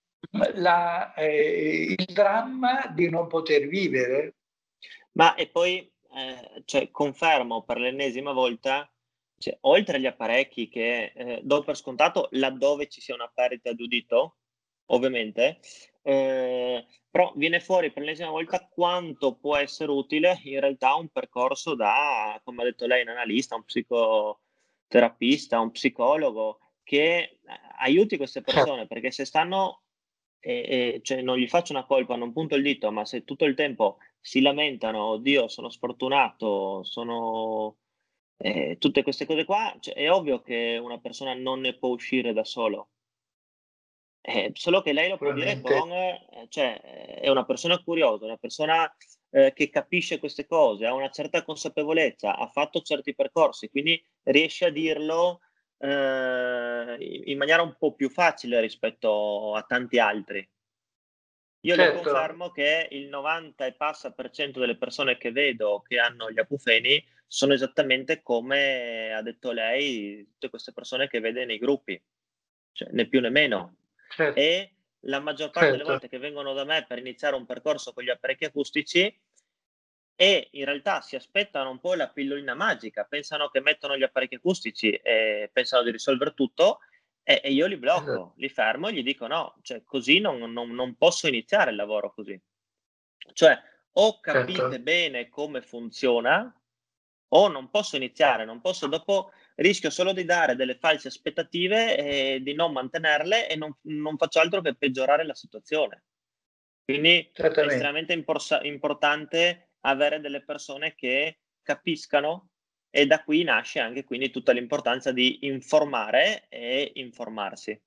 il dramma di non poter vivere. Ma e poi, cioè confermo per l'ennesima volta, cioè oltre agli apparecchi che, do per scontato laddove ci sia una perdita di udito, ovviamente, però viene fuori per l'ennesima volta quanto può essere utile in realtà un percorso da, come ha detto lei, un analista, un psicoterapista, un psicologo che aiuti queste persone, perché se stanno cioè non gli faccio una colpa, non punto il dito, ma se tutto il tempo si lamentano: "Oddio sono sfortunato, sono" tutte queste cose qua, cioè è ovvio che una persona non ne può uscire da solo. Solo che lei lo può dire Sicuramente, con cioè, è una persona curiosa, una persona, che capisce queste cose, ha una certa consapevolezza, ha fatto certi percorsi, quindi riesce a dirlo, in maniera un po' più facile rispetto a tanti altri. Io le certo, confermo che il 90 e passa per cento delle persone che vedo che hanno gli acufeni sono esattamente come ha detto lei, tutte queste persone che vede nei gruppi, cioè né più né meno. certo, E la maggior parte delle certo, volte che vengono da me per iniziare un percorso con gli apparecchi acustici e in realtà si aspettano un po' la pillolina magica, pensano che mettono gli apparecchi acustici e pensano di risolver tutto e io li esa blocco, li fermo e gli dico: "No, cioè così non posso iniziare il lavoro così". Cioè o capite certo. bene come funziona o non posso iniziare, non posso dopo rischio solo di dare delle false aspettative e di non mantenerle e non faccio altro che peggiorare la situazione. Quindi è Certamente, estremamente importante avere delle persone che capiscano e da qui nasce anche quindi tutta l'importanza di informare e informarsi.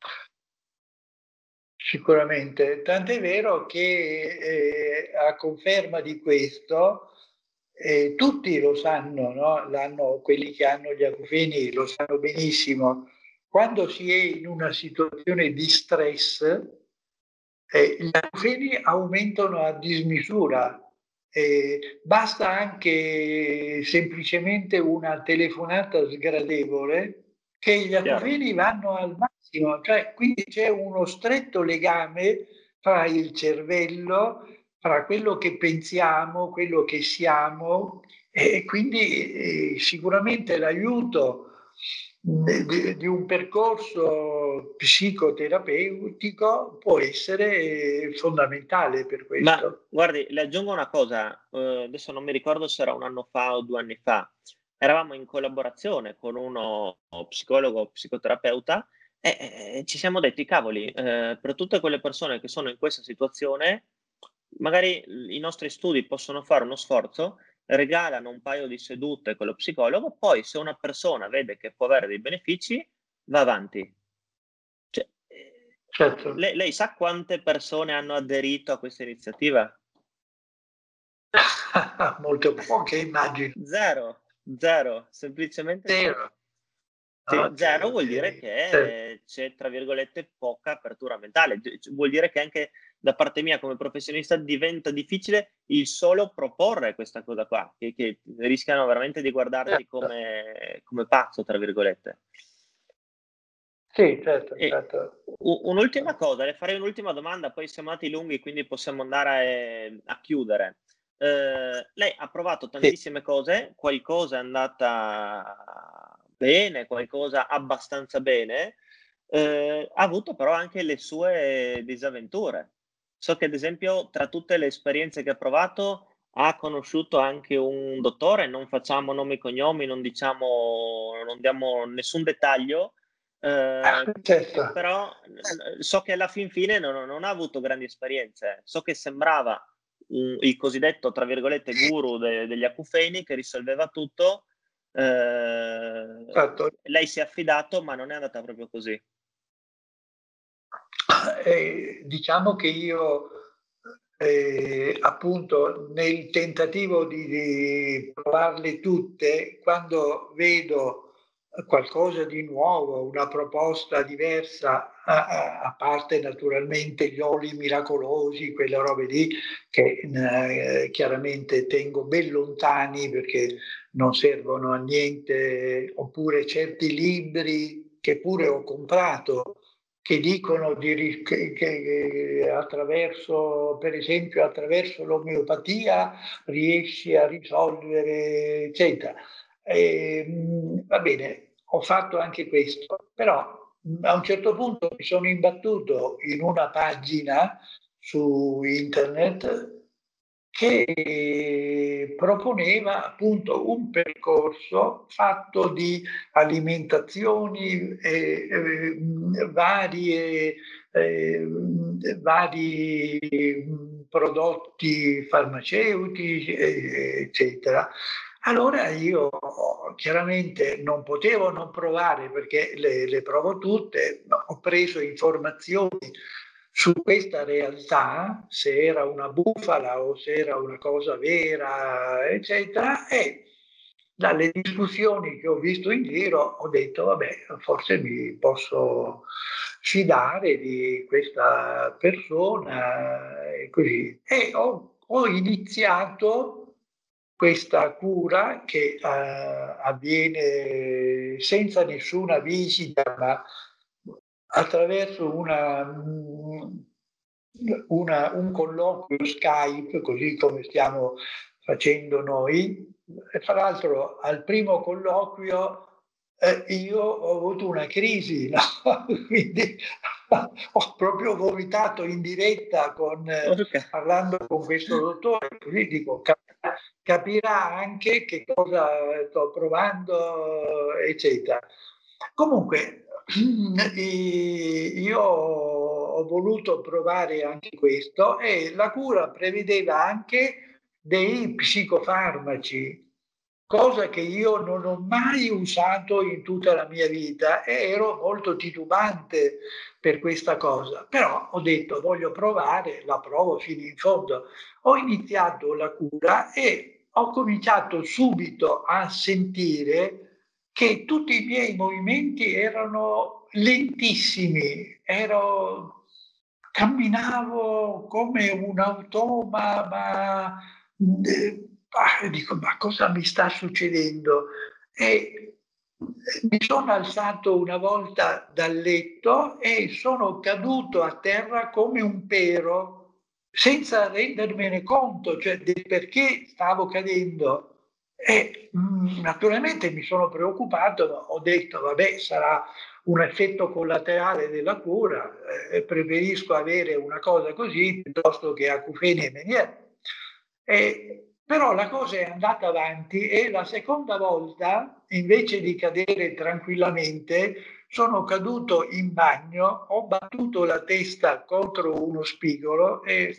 sicuramente. Tant'è vero che, a conferma di questo, tutti lo sanno, no, quelli che hanno gli acufeni lo sanno benissimo. Quando si è in una situazione di stress, gli acufeni aumentano a dismisura. Basta anche semplicemente una telefonata sgradevole che gli Chiaro? acufeni vanno al massimo, cioè quindi c'è uno stretto legame tra il cervello, tra quello che pensiamo, quello che siamo e quindi sicuramente l'aiuto di un percorso psicoterapeutico può essere fondamentale per Ma questo. guardi, le aggiungo una cosa, adesso non mi ricordo se era 1 anno fa o 2 anni fa. Eravamo in collaborazione con uno psicologo, psicoterapeuta e ci siamo detti: "Cavoli, per tutte quelle persone che sono in questa situazione, magari i nostri studi possono fare uno sforzo, regalano un paio di sedute con lo psicologo, poi se una persona vede che può avere dei benefici, va avanti". Cioè, Certo, lei sa quante persone hanno aderito a questa iniziativa? molte poche immagino. 0, 0, semplicemente 0. Zero. Sì, Ok, 0 vuol dire ok. Certo. che c'è, tra virgolette, "poca apertura mentale". Vuol dire che anche da parte mia come professionista diventa difficile il solo proporre questa cosa qua, che rischiano veramente di guardarti Certo. come "pazzo", tra virgolette. Sì, certo, E certo. un'ultima cosa, le farei un'ultima domanda, poi siamo andati lunghi, quindi possiamo andare a chiudere. Lei ha provato Sì. tantissime cose, qualcosa è andata bene, qualcosa abbastanza bene, ha avuto però anche le sue disavventure. So che ad esempio tra tutte le esperienze che ha provato ha conosciuto anche un dottore, non facciamo nomi e cognomi, non diamo nessun dettaglio, che Certo. però so che alla fin fine non ha avuto grandi esperienze. So che sembrava il cosiddetto, tra virgolette, "guru" degli acufeni che risolveva tutto. Esatto. Lei si è affidato, ma non è andata proprio così. Diciamo che io, appunto nel tentativo di provarle tutte, quando vedo qualcosa di nuovo, una proposta diversa, a parte naturalmente gli oli miracolosi, quelle robe lì che chiaramente tengo ben lontani perché non servono a niente, oppure certi libri che pure ho comprato che dicono che attraverso, per esempio, attraverso l'omeopatia riesci a risolvere, eccetera. Va bene, ho fatto anche questo, però a un certo punto mi sono imbattuto in una pagina su internet che proponeva appunto un percorso fatto di alimentazioni varie, vari prodotti farmaceutici, eccetera. Allora io chiaramente non potevo non provare, perché le provo tutte, ho preso informazioni su questa realtà, se era una bufala o se era una cosa vera, eccetera, e dalle discussioni che ho visto in giro ho detto, vabbè, forse mi posso fidare di questa persona e così. E ho iniziato questa cura che avviene senza nessuna visita, ma attraverso un colloquio Skype, così come stiamo facendo noi. E tra l'altro al primo colloquio io ho avuto una crisi, no? Quindi ho proprio vomitato in diretta parlando con questo dottore, così dico, capirà anche che cosa sto provando, eccetera. Comunque, io ho voluto provare anche questo, e la cura prevedeva anche dei psicofarmaci, cosa che io non ho mai usato in tutta la mia vita, e ero molto titubante per questa cosa. Però ho detto, voglio provare, la provo fino in fondo. Ho iniziato la cura e ho cominciato subito a sentire che tutti i miei movimenti erano lentissimi, camminavo come un automa, dico, ma cosa mi sta succedendo? E mi sono alzato una volta dal letto e sono caduto a terra come un pero, senza rendermene conto, cioè del perché stavo cadendo. E naturalmente mi sono preoccupato, ho detto, vabbè, sarà un effetto collaterale della cura, preferisco avere una cosa così piuttosto che acufeni e meniere. Però la cosa è andata avanti, e la seconda volta, invece di cadere tranquillamente, sono caduto in bagno, ho battuto la testa contro uno spigolo e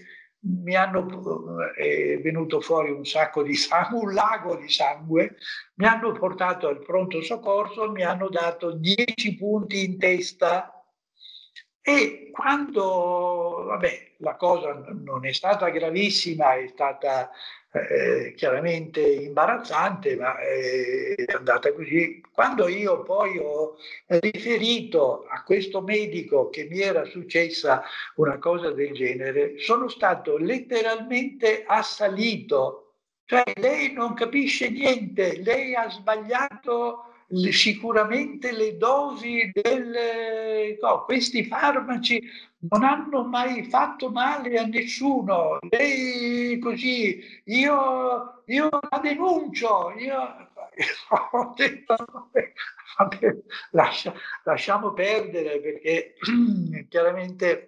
è venuto fuori un sacco di sangue, un lago di sangue. Mi hanno portato al pronto soccorso, mi hanno dato 10 punti in testa. E quando, vabbè, la cosa non è stata gravissima, è stata chiaramente imbarazzante, ma è andata così. Quando io poi ho riferito a questo medico che mi era successa una cosa del genere, sono stato letteralmente assalito. Cioè, lei non capisce niente, lei ha sbagliato sicuramente le dosi questi farmaci non hanno mai fatto male a nessuno. Lei così, io la denuncio, io ho detto, vabbè, lasciamo perdere, perché chiaramente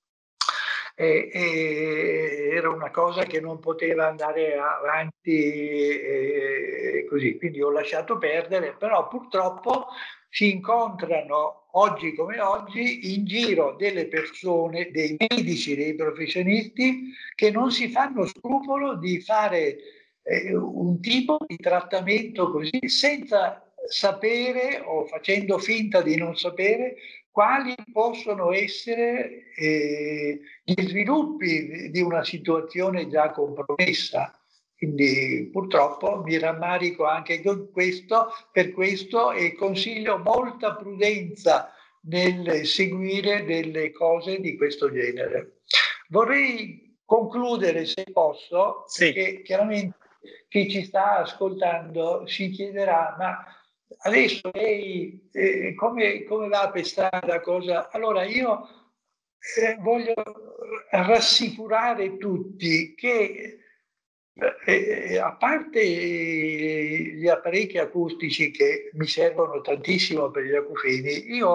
era una cosa che non poteva andare avanti così, quindi ho lasciato perdere. Però purtroppo si incontrano oggi come oggi in giro delle persone, dei medici, dei professionisti che non si fanno scrupolo di fare un tipo di trattamento così, senza sapere o facendo finta di non sapere quali possono essere gli sviluppi di una situazione già compromessa. Quindi purtroppo mi rammarico anche per questo, e consiglio molta prudenza nel seguire delle cose di questo genere. Vorrei concludere, se posso, Sì. perché chiaramente chi ci sta ascoltando si chiederà, ma adesso lei come va per strada? Cosa? Allora io voglio rassicurare tutti che a parte gli apparecchi acustici che mi servono tantissimo per gli acufeni, io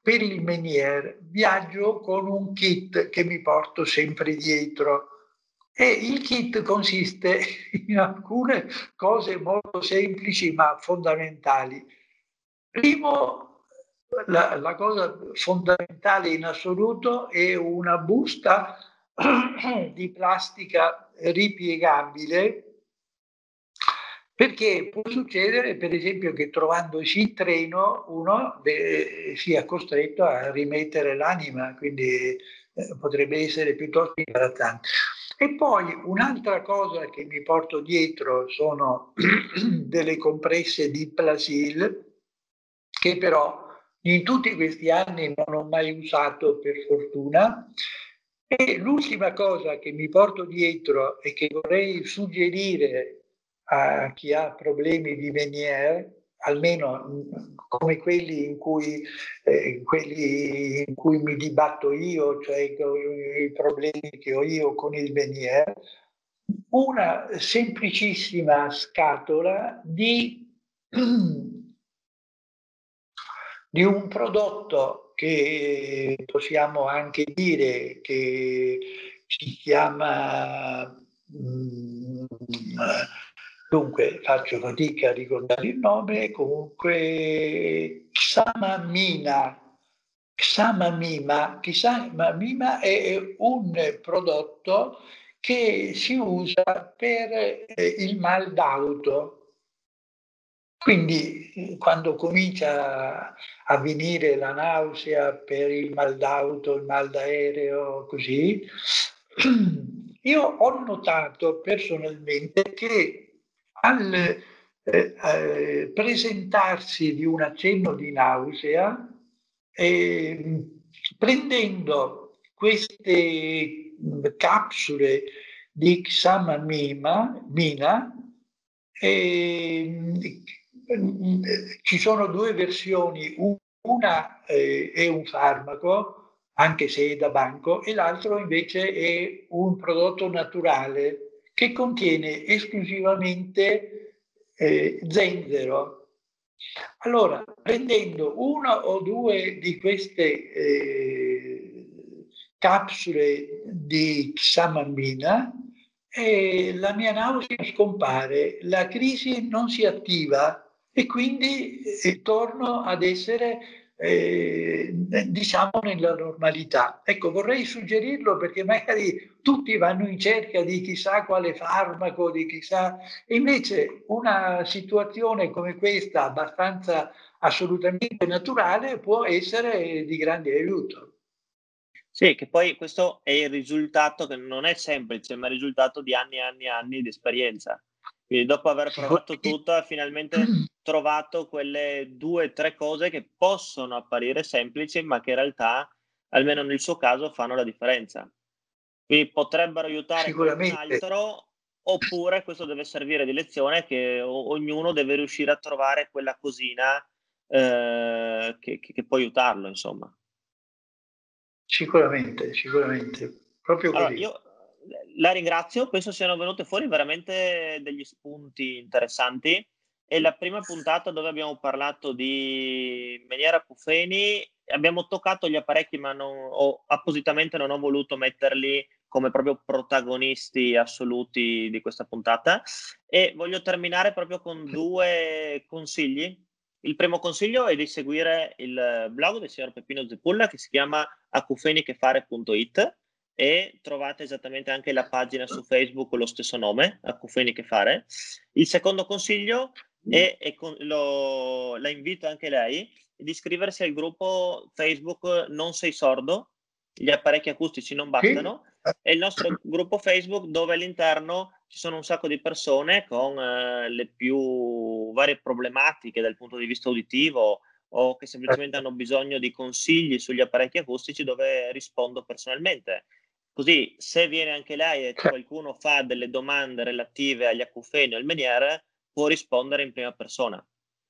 per il Menier viaggio con un kit che mi porto sempre dietro e il kit consiste in alcune cose molto semplici ma fondamentali. Primo, la cosa fondamentale in assoluto è una busta di plastica ripiegabile, perché può succedere, per esempio, che trovandosi in treno uno sia costretto a rimettere l'anima, quindi potrebbe essere piuttosto imbarazzante. E poi un'altra cosa che mi porto dietro sono delle compresse di Plasil, che però in tutti questi anni non ho mai usato, per fortuna. E l'ultima cosa che mi porto dietro e che vorrei suggerire a chi ha problemi di Meniere, almeno come quelli in cui mi dibatto io, cioè i problemi che ho io con il Meniere, una semplicissima scatola di un prodotto che possiamo anche dire che si chiama, dunque faccio fatica a ricordare il nome, comunque Xamamina. Xamamima è un prodotto che si usa per il mal d'auto. Quindi quando comincia a venire la nausea per il mal d'auto, il mal d'aereo, così, io ho notato personalmente che al presentarsi di un accenno di nausea, prendendo queste capsule di Xamamina, ci sono due versioni, una è un farmaco, anche se è da banco, e l'altro invece è un prodotto naturale che contiene esclusivamente zenzero. Allora, prendendo una o due di queste capsule di Xamambina, la mia nausea scompare, la crisi non si attiva e quindi torno ad essere, diciamo, nella normalità. Ecco, vorrei suggerirlo perché magari tutti vanno in cerca di chissà quale farmaco, di chissà... E invece una situazione come questa, abbastanza assolutamente naturale, può essere di grande aiuto. Sì, che poi questo è il risultato che non è semplice, ma è il risultato di anni e anni e anni di esperienza. Quindi dopo aver provato tutto, ha finalmente trovato quelle 2 3 cose che possono apparire semplici, ma che in realtà, almeno nel suo caso, fanno la differenza. Quindi potrebbero aiutare qualcun Sicuramente. altro, oppure questo deve servire di lezione che ognuno deve riuscire a trovare quella cosina, che può aiutarlo, insomma. Sicuramente, proprio Allora, così. io la ringrazio, penso siano venute fuori veramente degli spunti interessanti. È la prima puntata dove abbiamo parlato di Meniere Acufeni, abbiamo toccato gli apparecchi, ma appositamente non ho voluto metterli come proprio protagonisti assoluti di questa puntata. E voglio terminare proprio con 2 consigli. Il primo consiglio è di seguire il blog del signor Peppino Zeppulla, che si chiama acufenichefare.it, e trovate esattamente anche la pagina su Facebook con lo stesso nome, Acufeni Che Fare. Il secondo consiglio la invito anche lei, di iscriversi al gruppo Facebook Non Sei Sordo, gli apparecchi acustici non Sì? bastano, è il nostro gruppo Facebook dove all'interno ci sono un sacco di persone con le più varie problematiche dal punto di vista uditivo, o che semplicemente hanno bisogno di consigli sugli apparecchi acustici, dove rispondo personalmente. Così, se viene anche lei e qualcuno fa delle domande relative agli acufeni o al Meniere, può rispondere in prima persona.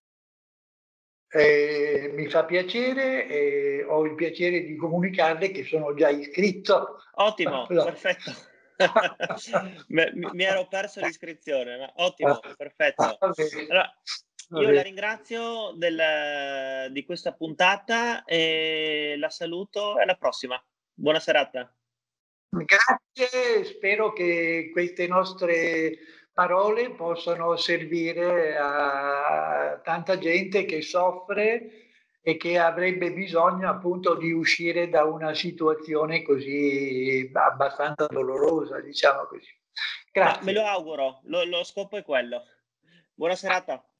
Mi fa piacere e ho il piacere di comunicarle che sono già iscritto. Ottimo, No. perfetto. Mi ero perso l'iscrizione, ma ottimo, perfetto. Allora, Io la ringrazio di questa puntata e la saluto e alla prossima. Buona serata. Grazie, spero che queste nostre parole possano servire a tanta gente che soffre e che avrebbe bisogno appunto di uscire da una situazione così abbastanza dolorosa, diciamo così. Ma me Grazie. lo auguro, lo scopo è quello. Buona serata.